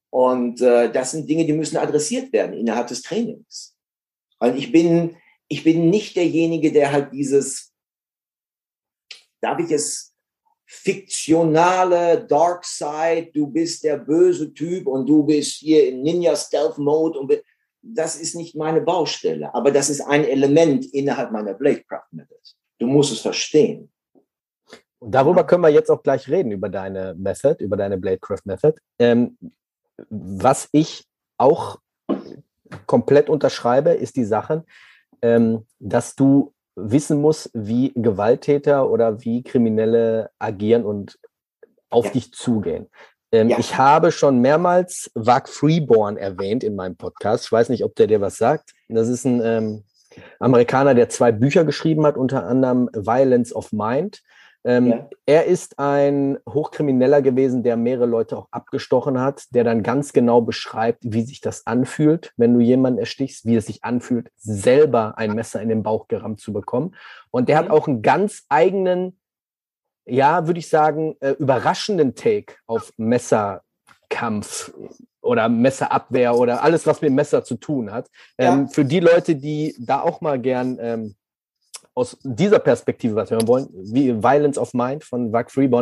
Und das sind Dinge, die müssen adressiert werden innerhalb des Trainings. Und ich bin nicht derjenige, der halt dieses, darf ich es, fiktionale Dark Side, du bist der böse Typ und du bist hier in Ninja Stealth Mode und das ist nicht meine Baustelle, aber das ist ein Element innerhalb meiner Bladecraft Method. Du musst es verstehen. Und darüber können wir jetzt auch gleich reden, über deine Method, über deine Bladecraft Method. Was ich auch komplett unterschreibe, ist die Sache, dass du wissen musst, wie Gewalttäter oder wie Kriminelle agieren und auf dich zugehen. Ich habe schon mehrmals Vak Freeborn erwähnt in meinem Podcast. Ich weiß nicht, ob der dir was sagt. Das ist ein Amerikaner, der 2 Bücher geschrieben hat, unter anderem Violence of Mind. Er ist ein Hochkrimineller gewesen, der mehrere Leute auch abgestochen hat, der dann ganz genau beschreibt, wie sich das anfühlt, wenn du jemanden erstichst, wie es sich anfühlt, selber ein Messer in den Bauch gerammt zu bekommen. Und der hat auch einen ganz eigenen, ja, würde ich sagen, überraschenden Take auf Messerkampf oder Messerabwehr oder alles, was mit Messer zu tun hat. Für die Leute, die da auch mal gern aus dieser Perspektive was hören wollen, wie Violence of Mind von Vak Freeborn,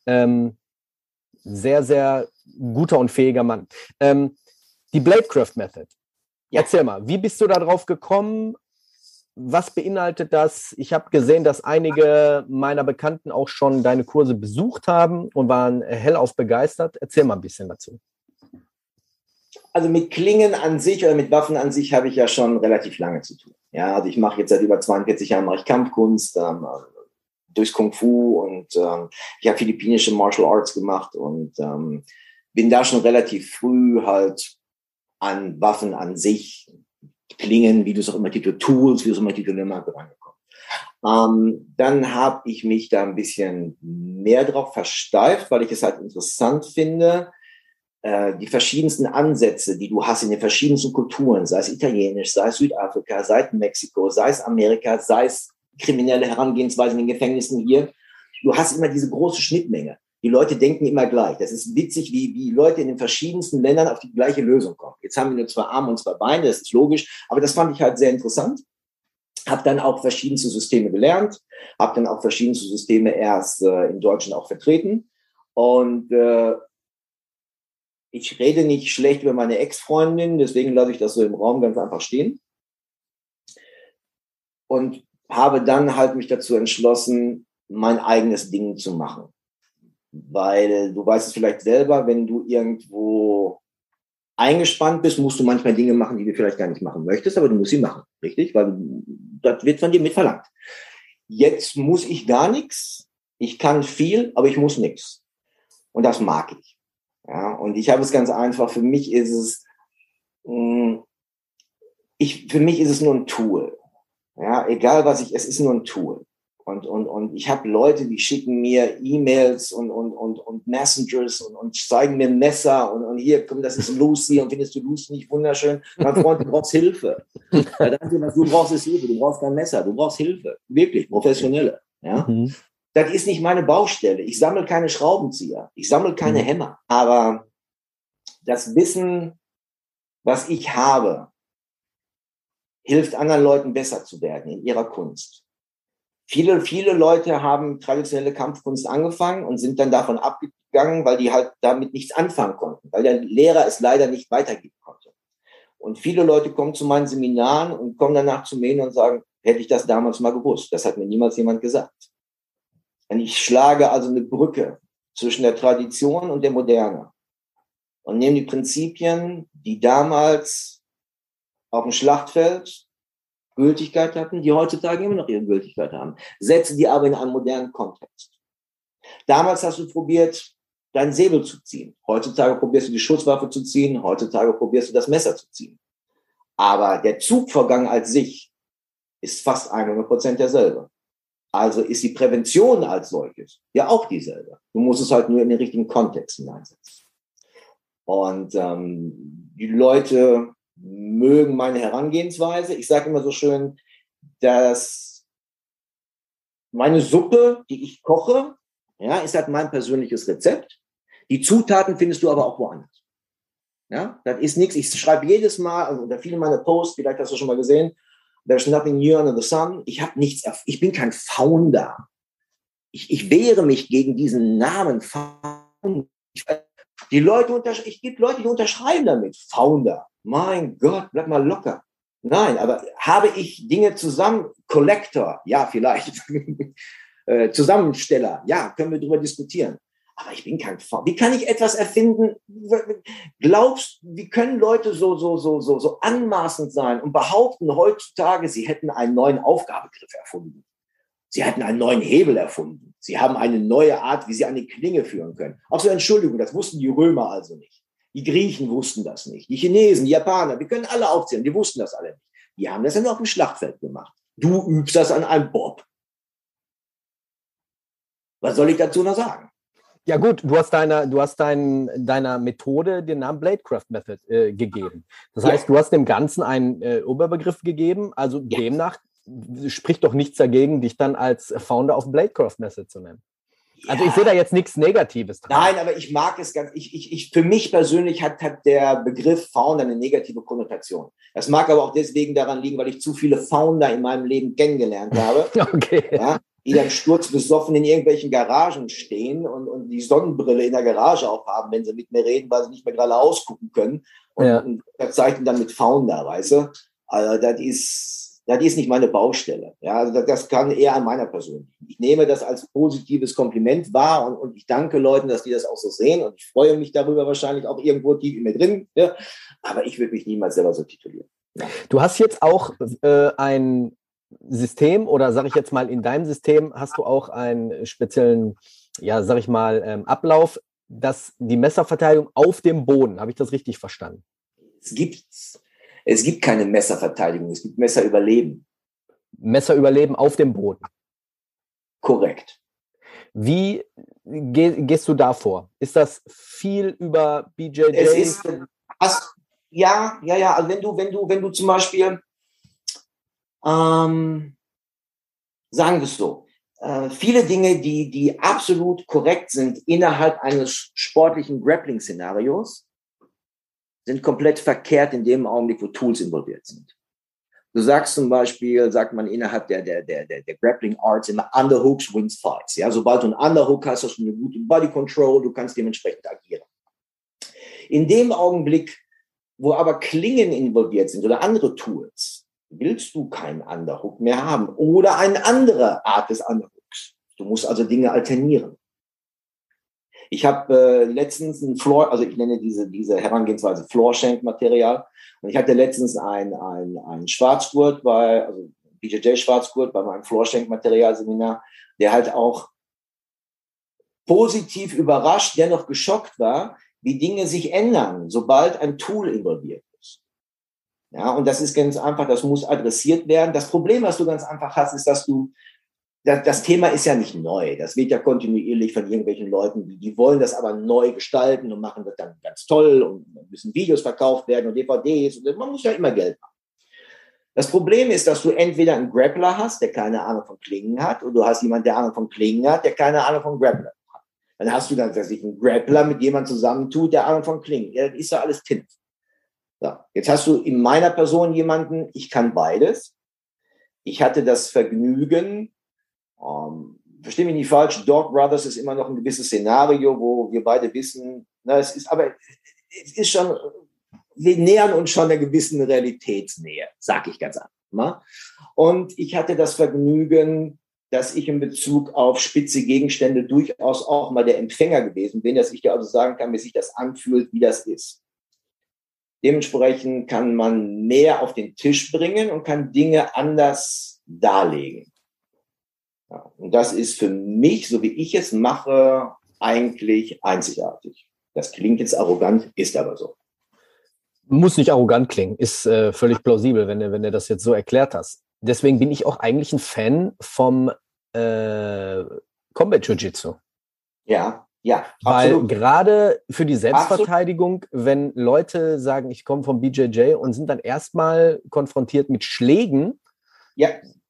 sehr, sehr guter und fähiger Mann. Die Bladecraft Method. Erzähl mal, wie bist du da drauf gekommen? Was beinhaltet das? Ich habe gesehen, dass einige meiner Bekannten auch schon deine Kurse besucht haben und waren hellauf begeistert. Erzähl mal ein bisschen dazu. Also mit Klingen an sich oder mit Waffen an sich habe ich ja schon relativ lange zu tun. Ja, also ich mache jetzt seit über 42 Jahren Kampfkunst, durchs Kung Fu und ich habe philippinische Martial Arts gemacht und bin da schon relativ früh halt an Waffen an sich, Klingen, wie du es auch immer titelst, Tools, wie du es immer titelst, immer rangekommen. Dann habe ich mich da ein bisschen mehr drauf versteift, weil ich es halt interessant finde, die verschiedensten Ansätze, die du hast in den verschiedensten Kulturen, sei es Italienisch, sei es Südafrika, sei es Mexiko, sei es Amerika, sei es kriminelle Herangehensweisen in den Gefängnissen hier. Du hast immer diese große Schnittmenge. Die Leute denken immer gleich. Das ist witzig, wie Leute in den verschiedensten Ländern auf die gleiche Lösung kommen. Jetzt haben wir nur 2 Arme und 2 Beine, das ist logisch, aber das fand ich halt sehr interessant. Habe dann auch verschiedenste Systeme gelernt, habe dann auch verschiedenste Systeme erst in Deutschland auch vertreten und ich rede nicht schlecht über meine Ex-Freundin, deswegen lasse ich das so im Raum ganz einfach stehen. Und habe dann halt mich dazu entschlossen, mein eigenes Ding zu machen. Weil du weißt es vielleicht selber, wenn du irgendwo eingespannt bist, musst du manchmal Dinge machen, die du vielleicht gar nicht machen möchtest, aber du musst sie machen, richtig? Weil das wird von dir mitverlangt. Jetzt muss ich gar nichts. Ich kann viel, aber ich muss nichts. Und das mag ich. Ja, und ich habe es ganz einfach, für mich ist es nur ein Tool. Ja, egal es ist nur ein Tool. Und ich habe Leute, die schicken mir E-Mails und Messengers und zeigen mir Messer und hier, komm, das ist Lucy und findest du Lucy nicht wunderschön? Mein Freund, du brauchst Hilfe. Ja, danke, was du brauchst, ist Hilfe. Du brauchst kein Messer, du brauchst Hilfe. Wirklich, professionelle. Ja. Das ist nicht meine Baustelle. Ich sammle keine Schraubenzieher. Ich sammle keine Hämmer. Aber das Wissen, was ich habe, hilft anderen Leuten besser zu werden in ihrer Kunst. Viele Leute haben traditionelle Kampfkunst angefangen und sind dann davon abgegangen, weil die halt damit nichts anfangen konnten, weil der Lehrer es leider nicht weitergeben konnte. Und viele Leute kommen zu meinen Seminaren und kommen danach zu mir und sagen, hätte ich das damals mal gewusst. Das hat mir niemals jemand gesagt. Und ich schlage also eine Brücke zwischen der Tradition und der Moderne und nehme die Prinzipien, die damals auf dem Schlachtfeld Gültigkeit hatten, die heutzutage immer noch ihre Gültigkeit haben, setze die aber in einen modernen Kontext. Damals hast du probiert, deinen Säbel zu ziehen. Heutzutage probierst du die Schusswaffe zu ziehen. Heutzutage probierst du das Messer zu ziehen. Aber der Zugvorgang als sich ist fast 100% derselbe. Also ist die Prävention als solches ja auch dieselbe. Du musst es halt nur in den richtigen Kontext hineinsetzen. Und die Leute mögen meine Herangehensweise. Ich sage immer so schön, dass meine Suppe, die ich koche, ja, ist halt mein persönliches Rezept. Die Zutaten findest du aber auch woanders. Ja, das ist nichts. Ich schreibe jedes Mal, also unter viele meiner Posts, vielleicht hast du schon mal gesehen, there's nothing new under the sun. Ich bin kein Founder. Ich wehre mich gegen diesen Namen Founder. Ich gebe Leute, die unterschreiben damit. Founder. Mein Gott, bleib mal locker. Nein, aber habe ich Dinge zusammen, Collector, ja, vielleicht. Zusammensteller, ja, können wir darüber diskutieren. Aber ich bin kein Founder. Wie kann ich etwas erfinden? Wie können Leute so anmaßend sein und behaupten heutzutage, sie hätten einen neuen Aufgabegriff erfunden? Sie hätten einen neuen Hebel erfunden. Sie haben eine neue Art, wie sie eine Klinge führen können. Auch so, Entschuldigung, das wussten die Römer also nicht. Die Griechen wussten das nicht. Die Chinesen, die Japaner, wir können alle aufzählen, die wussten das alle nicht. Die haben das ja nur auf dem Schlachtfeld gemacht. Du übst das an einem Bob. Was soll ich dazu noch sagen? Ja gut, du hast deiner Methode den Namen Bladecraft Method gegeben. Das heißt, du hast dem Ganzen einen Oberbegriff gegeben, also demnach spricht doch nichts dagegen, dich dann als Founder of Bladecraft Method zu nennen. Ja. Also ich sehe da jetzt nichts Negatives dran. Nein, aber ich mag es ganz, für mich persönlich hat der Begriff Founder eine negative Konnotation. Das mag aber auch deswegen daran liegen, weil ich zu viele Founder in meinem Leben kennengelernt habe. Okay. Ja, die dann sturzbesoffen in irgendwelchen Garagen stehen und die Sonnenbrille in der Garage aufhaben, wenn sie mit mir reden, weil sie nicht mehr gerade ausgucken können. Und das zeichnen dann mit Founder, weißt du? Also das ist nicht meine Baustelle. Ja, also das kann eher an meiner Person liegen. Ich nehme das als positives Kompliment wahr und ich danke Leuten, dass die das auch so sehen und ich freue mich darüber wahrscheinlich auch irgendwo tief in mir drin. Ja, aber ich würde mich niemals selber so titulieren. Ja. Du hast jetzt auch ein System oder sage ich jetzt mal, in deinem System hast du auch einen speziellen, ja, sage ich mal, Ablauf, dass die Messerverteidigung auf dem Boden, habe ich das richtig verstanden? Es gibt keine Messerverteidigung, es gibt Messerüberleben. Messerüberleben auf dem Boden. Korrekt. Wie gehst du da vor? Ist das viel über BJJ? Ja. Also wenn du zum Beispiel, sagen wir es so, viele Dinge, die absolut korrekt sind innerhalb eines sportlichen Grappling-Szenarios, sind komplett verkehrt in dem Augenblick, wo Tools involviert sind. Du sagst zum Beispiel, sagt man innerhalb der Grappling Arts immer, Underhooks wins fights. Ja, sobald du einen Underhook hast, hast du eine gute Body Control, du kannst dementsprechend agieren. In dem Augenblick, wo aber Klingen involviert sind oder andere Tools, willst du keinen Underhook mehr haben oder eine andere Art des Underhooks. Du musst also Dinge alternieren. Ich habe letztens ein ich nenne diese Herangehensweise Floor-Shank-Material. Und ich hatte letztens einen Schwarzgurt also BJJ-Schwarzgurt bei meinem Floor-Shank-Material-Seminar, der halt auch positiv überrascht, dennoch geschockt war, wie Dinge sich ändern, sobald ein Tool involviert ist. Ja, und das ist ganz einfach, das muss adressiert werden. Das Problem, was du ganz einfach hast, ist, dass das Thema ist ja nicht neu. Das wird ja kontinuierlich von irgendwelchen Leuten, die wollen das aber neu gestalten und machen das dann ganz toll und müssen Videos verkauft werden und DVDs und man muss ja immer Geld machen. Das Problem ist, dass du entweder einen Grappler hast, der keine Ahnung von Klingen hat, oder du hast jemanden, der Ahnung von Klingen hat, der keine Ahnung von Grappler hat. Dann hast du dann, dass sich ein Grappler mit jemandem zusammentut, der Ahnung von Klingen. Ja, das ist ja alles Tinf. So, jetzt hast du in meiner Person jemanden, ich kann beides. Ich hatte das Vergnügen, verstehe mich nicht falsch, Dog Brothers ist immer noch ein gewisses Szenario, wo wir beide wissen, es ist schon, wir nähern uns schon einer gewissen Realitätsnähe, sage ich ganz einfach. Und ich hatte das Vergnügen, dass ich in Bezug auf spitze Gegenstände durchaus auch mal der Empfänger gewesen bin, dass ich dir also sagen kann, wie sich das anfühlt, wie das ist. Dementsprechend kann man mehr auf den Tisch bringen und kann Dinge anders darlegen. Ja, und das ist für mich, so wie ich es mache, eigentlich einzigartig. Das klingt jetzt arrogant, ist aber so. Muss nicht arrogant klingen, ist völlig plausibel, wenn du das jetzt so erklärt hast. Deswegen bin ich auch eigentlich ein Fan vom Combat Jiu-Jitsu. Ja, weil absolut. Gerade für die Selbstverteidigung, wenn Leute sagen, ich komme vom BJJ und sind dann erstmal konfrontiert mit Schlägen, ja,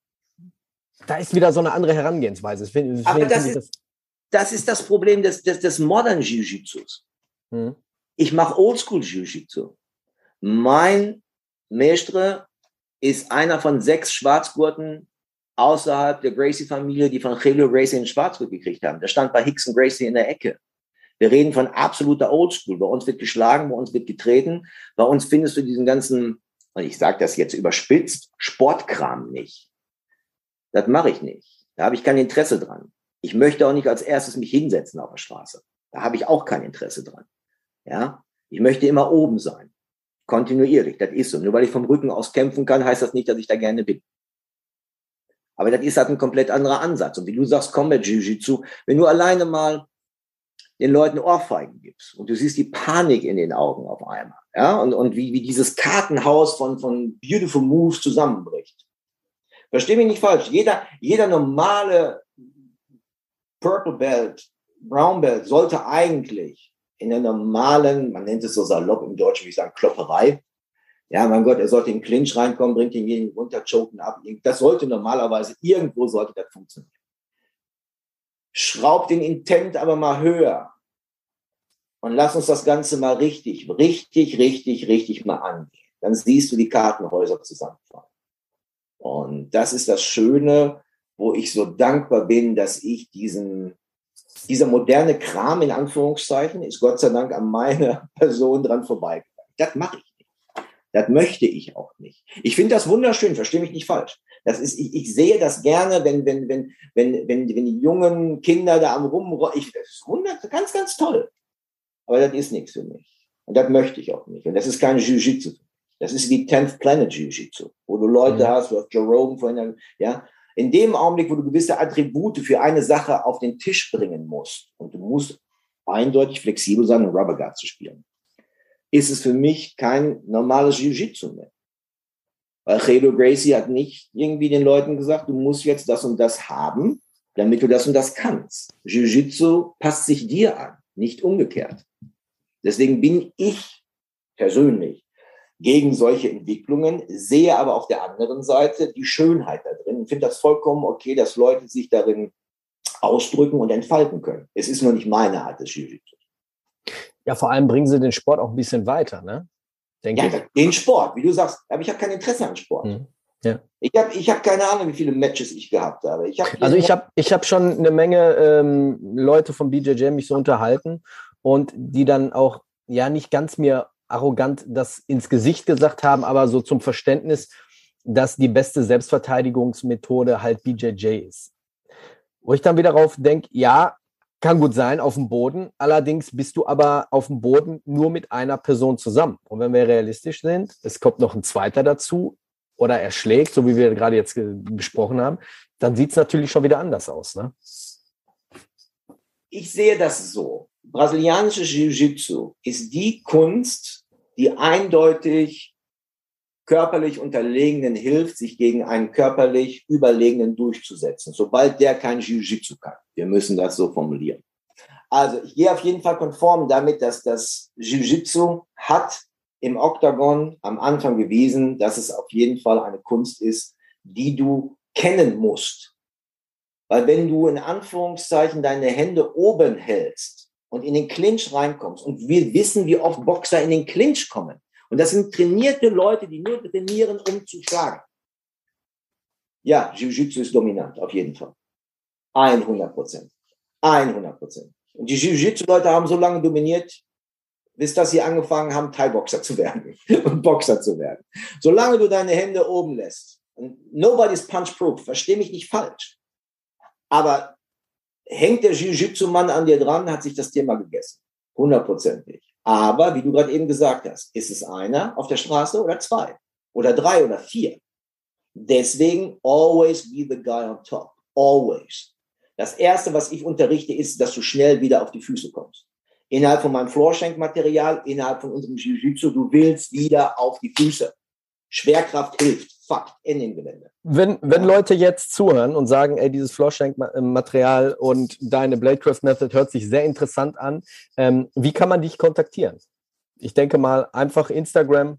da ist wieder so eine andere Herangehensweise. Aber das ist das Problem des Modern Jiu-Jitsus. Ich mache Oldschool Jiu-Jitsu. Mein Mestre ist einer von 6 Schwarzgurten außerhalb der Gracie-Familie, die von Helio Gracie einen Schwarzgurt gekriegt haben. Der stand bei Rickson Gracie in der Ecke. Wir reden von absoluter Oldschool. Bei uns wird geschlagen, bei uns wird getreten. Bei uns findest du diesen ganzen, und ich sage das jetzt überspitzt, Sportkram nicht. Das mache ich nicht. Da habe ich kein Interesse dran. Ich möchte auch nicht als erstes mich hinsetzen auf der Straße. Da habe ich auch kein Interesse dran. Ja, ich möchte immer oben sein. Kontinuierlich. Das ist so. Nur weil ich vom Rücken aus kämpfen kann, heißt das nicht, dass ich da gerne bin. Aber das ist halt ein komplett anderer Ansatz. Und wie du sagst, Combat Jiu-Jitsu, wenn du alleine mal den Leuten Ohrfeigen gibst und du siehst die Panik in den Augen auf einmal, ja, und wie dieses Kartenhaus von Beautiful Moves zusammenbricht. Versteh mich nicht falsch. Jeder normale Purple Belt, Brown Belt sollte eigentlich in der normalen, man nennt es so salopp im Deutschen, wie ich sagen, Klopperei. Ja, mein Gott, er sollte in den Clinch reinkommen, bringt denjenigen runter, choken ab. Das sollte normalerweise, irgendwo sollte das funktionieren. Schraub den Intent aber mal höher. Und lass uns das Ganze mal richtig mal angehen. Dann siehst du die Kartenhäuser zusammenfallen. Und das ist das Schöne, wo ich so dankbar bin, dass ich dieser moderne Kram, in Anführungszeichen, ist Gott sei Dank an meiner Person dran vorbeigegangen. Das mache ich nicht. Das möchte ich auch nicht. Ich finde das wunderschön, verstehe mich nicht falsch. Das ist, ich sehe das gerne, wenn die jungen Kinder da am Rumrollen, das ist ganz, ganz toll. Aber das ist nichts für mich. Und das möchte ich auch nicht. Und das ist kein Jiu-Jitsu. Das ist wie 10th Planet Jiu-Jitsu, wo du Leute hast, du hast Jerome vorhin, ja. In dem Augenblick, wo du gewisse Attribute für eine Sache auf den Tisch bringen musst, und du musst eindeutig flexibel sein, einen Rubber Guard zu spielen, ist es für mich kein normales Jiu-Jitsu mehr. Weil Helio Gracie hat nicht irgendwie den Leuten gesagt, du musst jetzt das und das haben, damit du das und das kannst. Jiu-Jitsu passt sich dir an, nicht umgekehrt. Deswegen bin ich persönlich gegen solche Entwicklungen, sehe aber auf der anderen Seite die Schönheit da drin und finde das vollkommen okay, dass Leute sich darin ausdrücken und entfalten können. Es ist nur nicht meine Art des Jiu-Jitsu. Ja, vor allem bringen sie den Sport auch ein bisschen weiter, ne? Denke ich. Den Sport, wie du sagst, aber ich habe kein Interesse an Sport. Ja. Ich hab keine Ahnung, wie viele Matches ich gehabt habe. Ich hab schon eine Menge Leute von BJJ mich so unterhalten und die dann auch ja nicht ganz mir arrogant das ins Gesicht gesagt haben, aber so zum Verständnis, dass die beste Selbstverteidigungsmethode halt BJJ ist. Wo ich dann wieder darauf denke, ja, kann gut sein auf dem Boden, allerdings bist du aber auf dem Boden nur mit einer Person zusammen. Und wenn wir realistisch sind, es kommt noch ein zweiter dazu oder er schlägt, so wie wir gerade jetzt besprochen haben, dann sieht es natürlich schon wieder anders aus, ne? Ich sehe das so. Brasilianisches Jiu-Jitsu ist die Kunst, die eindeutig körperlich Unterlegenen hilft, sich gegen einen körperlich Überlegenen durchzusetzen, sobald der kein Jiu-Jitsu kann. Wir müssen das so formulieren. Also ich gehe auf jeden Fall konform damit, dass das Jiu-Jitsu hat im Oktagon am Anfang bewiesen, dass es auf jeden Fall eine Kunst ist, die du kennen musst. Weil wenn du in Anführungszeichen deine Hände oben hältst und in den Clinch reinkommst, und wir wissen, wie oft Boxer in den Clinch kommen, und das sind trainierte Leute, die nur trainieren, um zu schlagen. Ja, Jiu-Jitsu ist dominant, auf jeden Fall. 100%. 100%. Und die Jiu-Jitsu-Leute haben so lange dominiert, bis dass sie angefangen haben, Thai-Boxer zu werden und Boxer zu werden. Solange du deine Hände oben lässt, und nobody's punch-proof, versteh mich nicht falsch, aber hängt der Jiu-Jitsu-Mann an dir dran, hat sich das Thema gegessen. 100%. Aber, wie du gerade eben gesagt hast, ist es einer auf der Straße oder 2 oder 3 oder 4. Deswegen always be the guy on top. Always. Das Erste, was ich unterrichte, ist, dass du schnell wieder auf die Füße kommst. Innerhalb von meinem Floorschenk-Material, innerhalb von unserem Jiu-Jitsu, du willst wieder auf die Füße. Schwerkraft hilft. Fakt. In dem Gelände. Wenn Leute jetzt zuhören und sagen, ey, dieses Floorschenk-Material und deine Bladecraft Method hört sich sehr interessant an, wie kann man dich kontaktieren? Ich denke mal, einfach Instagram.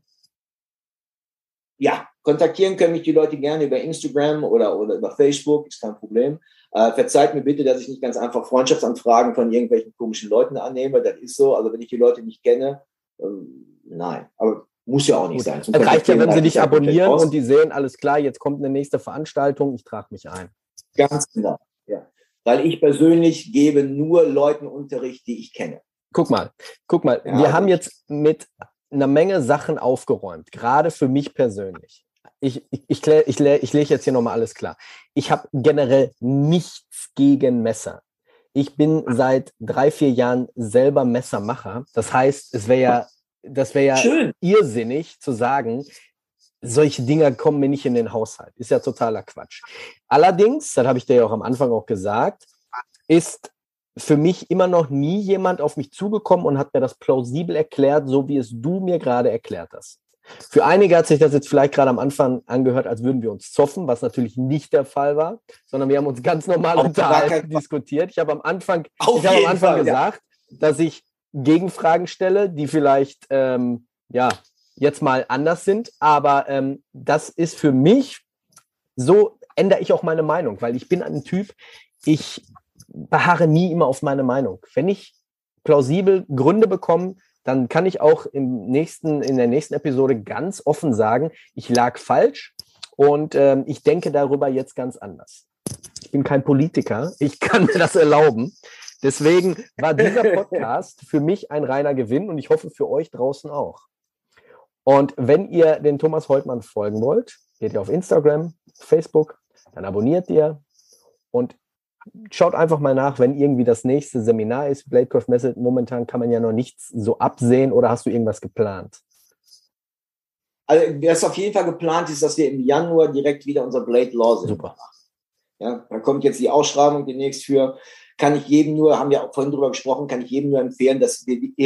Ja, kontaktieren können mich die Leute gerne über Instagram oder über Facebook, ist kein Problem. Verzeiht mir bitte, dass ich nicht ganz einfach Freundschaftsanfragen von irgendwelchen komischen Leuten annehme. Das ist so. Also wenn ich die Leute nicht kenne, nein. Aber muss ja auch nicht sein. Es reicht ja, wenn sie dich abonnieren und die sehen, alles klar, jetzt kommt eine nächste Veranstaltung, ich trage mich ein. Ganz genau, ja. Weil ich persönlich gebe nur Leuten Unterricht, die ich kenne. Guck mal, ja, wir haben jetzt mit einer Menge Sachen aufgeräumt, gerade für mich persönlich. Ich lege jetzt hier nochmal alles klar. Ich habe generell nichts gegen Messer. Ich bin seit 3-4 Jahren selber Messermacher. Das heißt, das wäre ja irrsinnig zu sagen, solche Dinger kommen mir nicht in den Haushalt. Ist ja totaler Quatsch. Allerdings, das habe ich dir ja auch am Anfang auch gesagt, ist für mich immer noch nie jemand auf mich zugekommen und hat mir das plausibel erklärt, so wie es du mir gerade erklärt hast. Für einige hat sich das jetzt vielleicht gerade am Anfang angehört, als würden wir uns zoffen, was natürlich nicht der Fall war, sondern wir haben uns ganz normal unterhalten, diskutiert. Ich habe am Anfang gesagt, dass ich Gegenfragen stelle, die vielleicht jetzt mal anders sind, aber das ist für mich, so ändere ich auch meine Meinung, weil ich bin ein Typ, ich beharre nie immer auf meine Meinung. Wenn ich plausibel Gründe bekomme, dann kann ich auch in der nächsten Episode ganz offen sagen, ich lag falsch und ich denke darüber jetzt ganz anders. Ich bin kein Politiker, ich kann mir das erlauben. Deswegen war dieser Podcast für mich ein reiner Gewinn und ich hoffe für euch draußen auch. Und wenn ihr den Thomas Holtmann folgen wollt, geht ihr auf Instagram, Facebook, dann abonniert ihr und schaut einfach mal nach, wenn irgendwie das nächste Seminar ist. Bladecraft Messe, momentan kann man ja noch nichts so absehen, oder hast du irgendwas geplant? Also, was auf jeden Fall geplant ist, dass wir im Januar direkt wieder unser Blade Law Seminar machen. Ja, da kommt jetzt die Ausschreibung demnächst für. Kann ich jedem nur, haben wir auch vorhin drüber gesprochen, kann ich jedem nur empfehlen, dass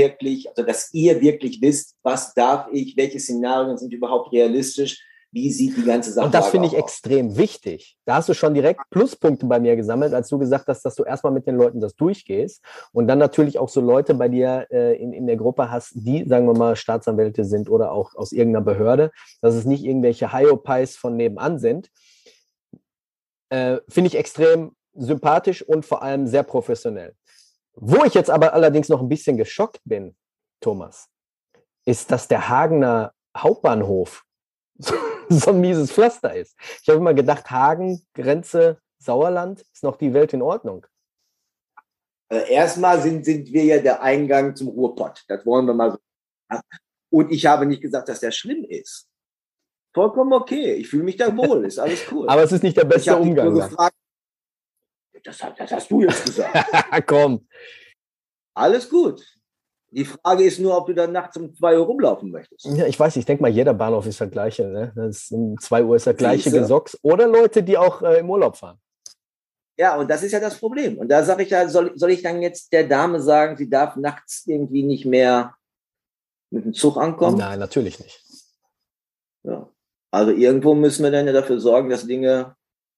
ihr wirklich wisst, was darf ich, welche Szenarien sind überhaupt realistisch, wie sieht die ganze Sache aus. Und das finde ich extrem wichtig. Da hast du schon direkt Pluspunkte bei mir gesammelt, als du gesagt hast, dass du erstmal mit den Leuten das durchgehst und dann natürlich auch so Leute bei dir in der Gruppe hast, die, sagen wir mal, Staatsanwälte sind oder auch aus irgendeiner Behörde, dass es nicht irgendwelche Hyopies von nebenan sind. Finde ich extrem sympathisch und vor allem sehr professionell. Wo ich jetzt aber allerdings noch ein bisschen geschockt bin, Thomas, ist, dass der Hagener Hauptbahnhof so ein mieses Pflaster ist. Ich habe immer gedacht, Hagen, Grenze, Sauerland, ist noch die Welt in Ordnung. Also erstmal sind wir ja der Eingang zum Ruhrpott. Das wollen wir mal so. Und ich habe nicht gesagt, dass der schlimm ist. Vollkommen okay. Ich fühle mich da wohl. Ist alles cool. Aber es ist nicht der beste Umgang. Das hast du jetzt gesagt. Komm. Alles gut. Die Frage ist nur, ob du dann nachts um 2 Uhr rumlaufen möchtest. Ja, ich weiß, ich denke mal, jeder Bahnhof ist das gleiche. Ne? Um 2 Uhr ist das gleiche Gesocks. Oder Leute, die auch im Urlaub fahren. Ja, und das ist ja das Problem. Und da sage ich ja, soll ich dann jetzt der Dame sagen, sie darf nachts irgendwie nicht mehr mit dem Zug ankommen? Nein, natürlich nicht. Ja. Also irgendwo müssen wir dann ja dafür sorgen, dass Dinge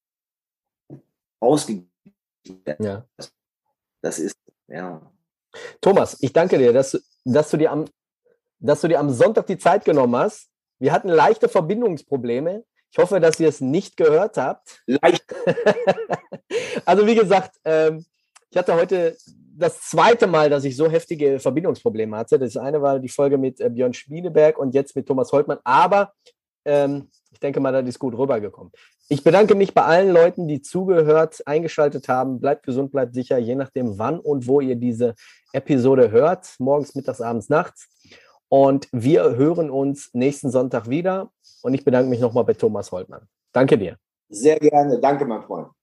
ausgegeben werden. Ja. Das ist, ja. Thomas, ich danke dir, dass du dir am Sonntag die Zeit genommen hast. Wir hatten leichte Verbindungsprobleme. Ich hoffe, dass ihr es nicht gehört habt. Leicht. Also wie gesagt, ich hatte heute das zweite Mal, dass ich so heftige Verbindungsprobleme hatte. Das eine war die Folge mit Björn Schmiedeberg und jetzt mit Thomas Holtmann. Aber ich denke mal, das ist gut rübergekommen. Ich bedanke mich bei allen Leuten, die zugehört, eingeschaltet haben. Bleibt gesund, bleibt sicher, je nachdem, wann und wo ihr diese Episode hört. Morgens, mittags, abends, nachts. Und wir hören uns nächsten Sonntag wieder. Und ich bedanke mich nochmal bei Thomas Holtmann. Danke dir. Sehr gerne. Danke, mein Freund.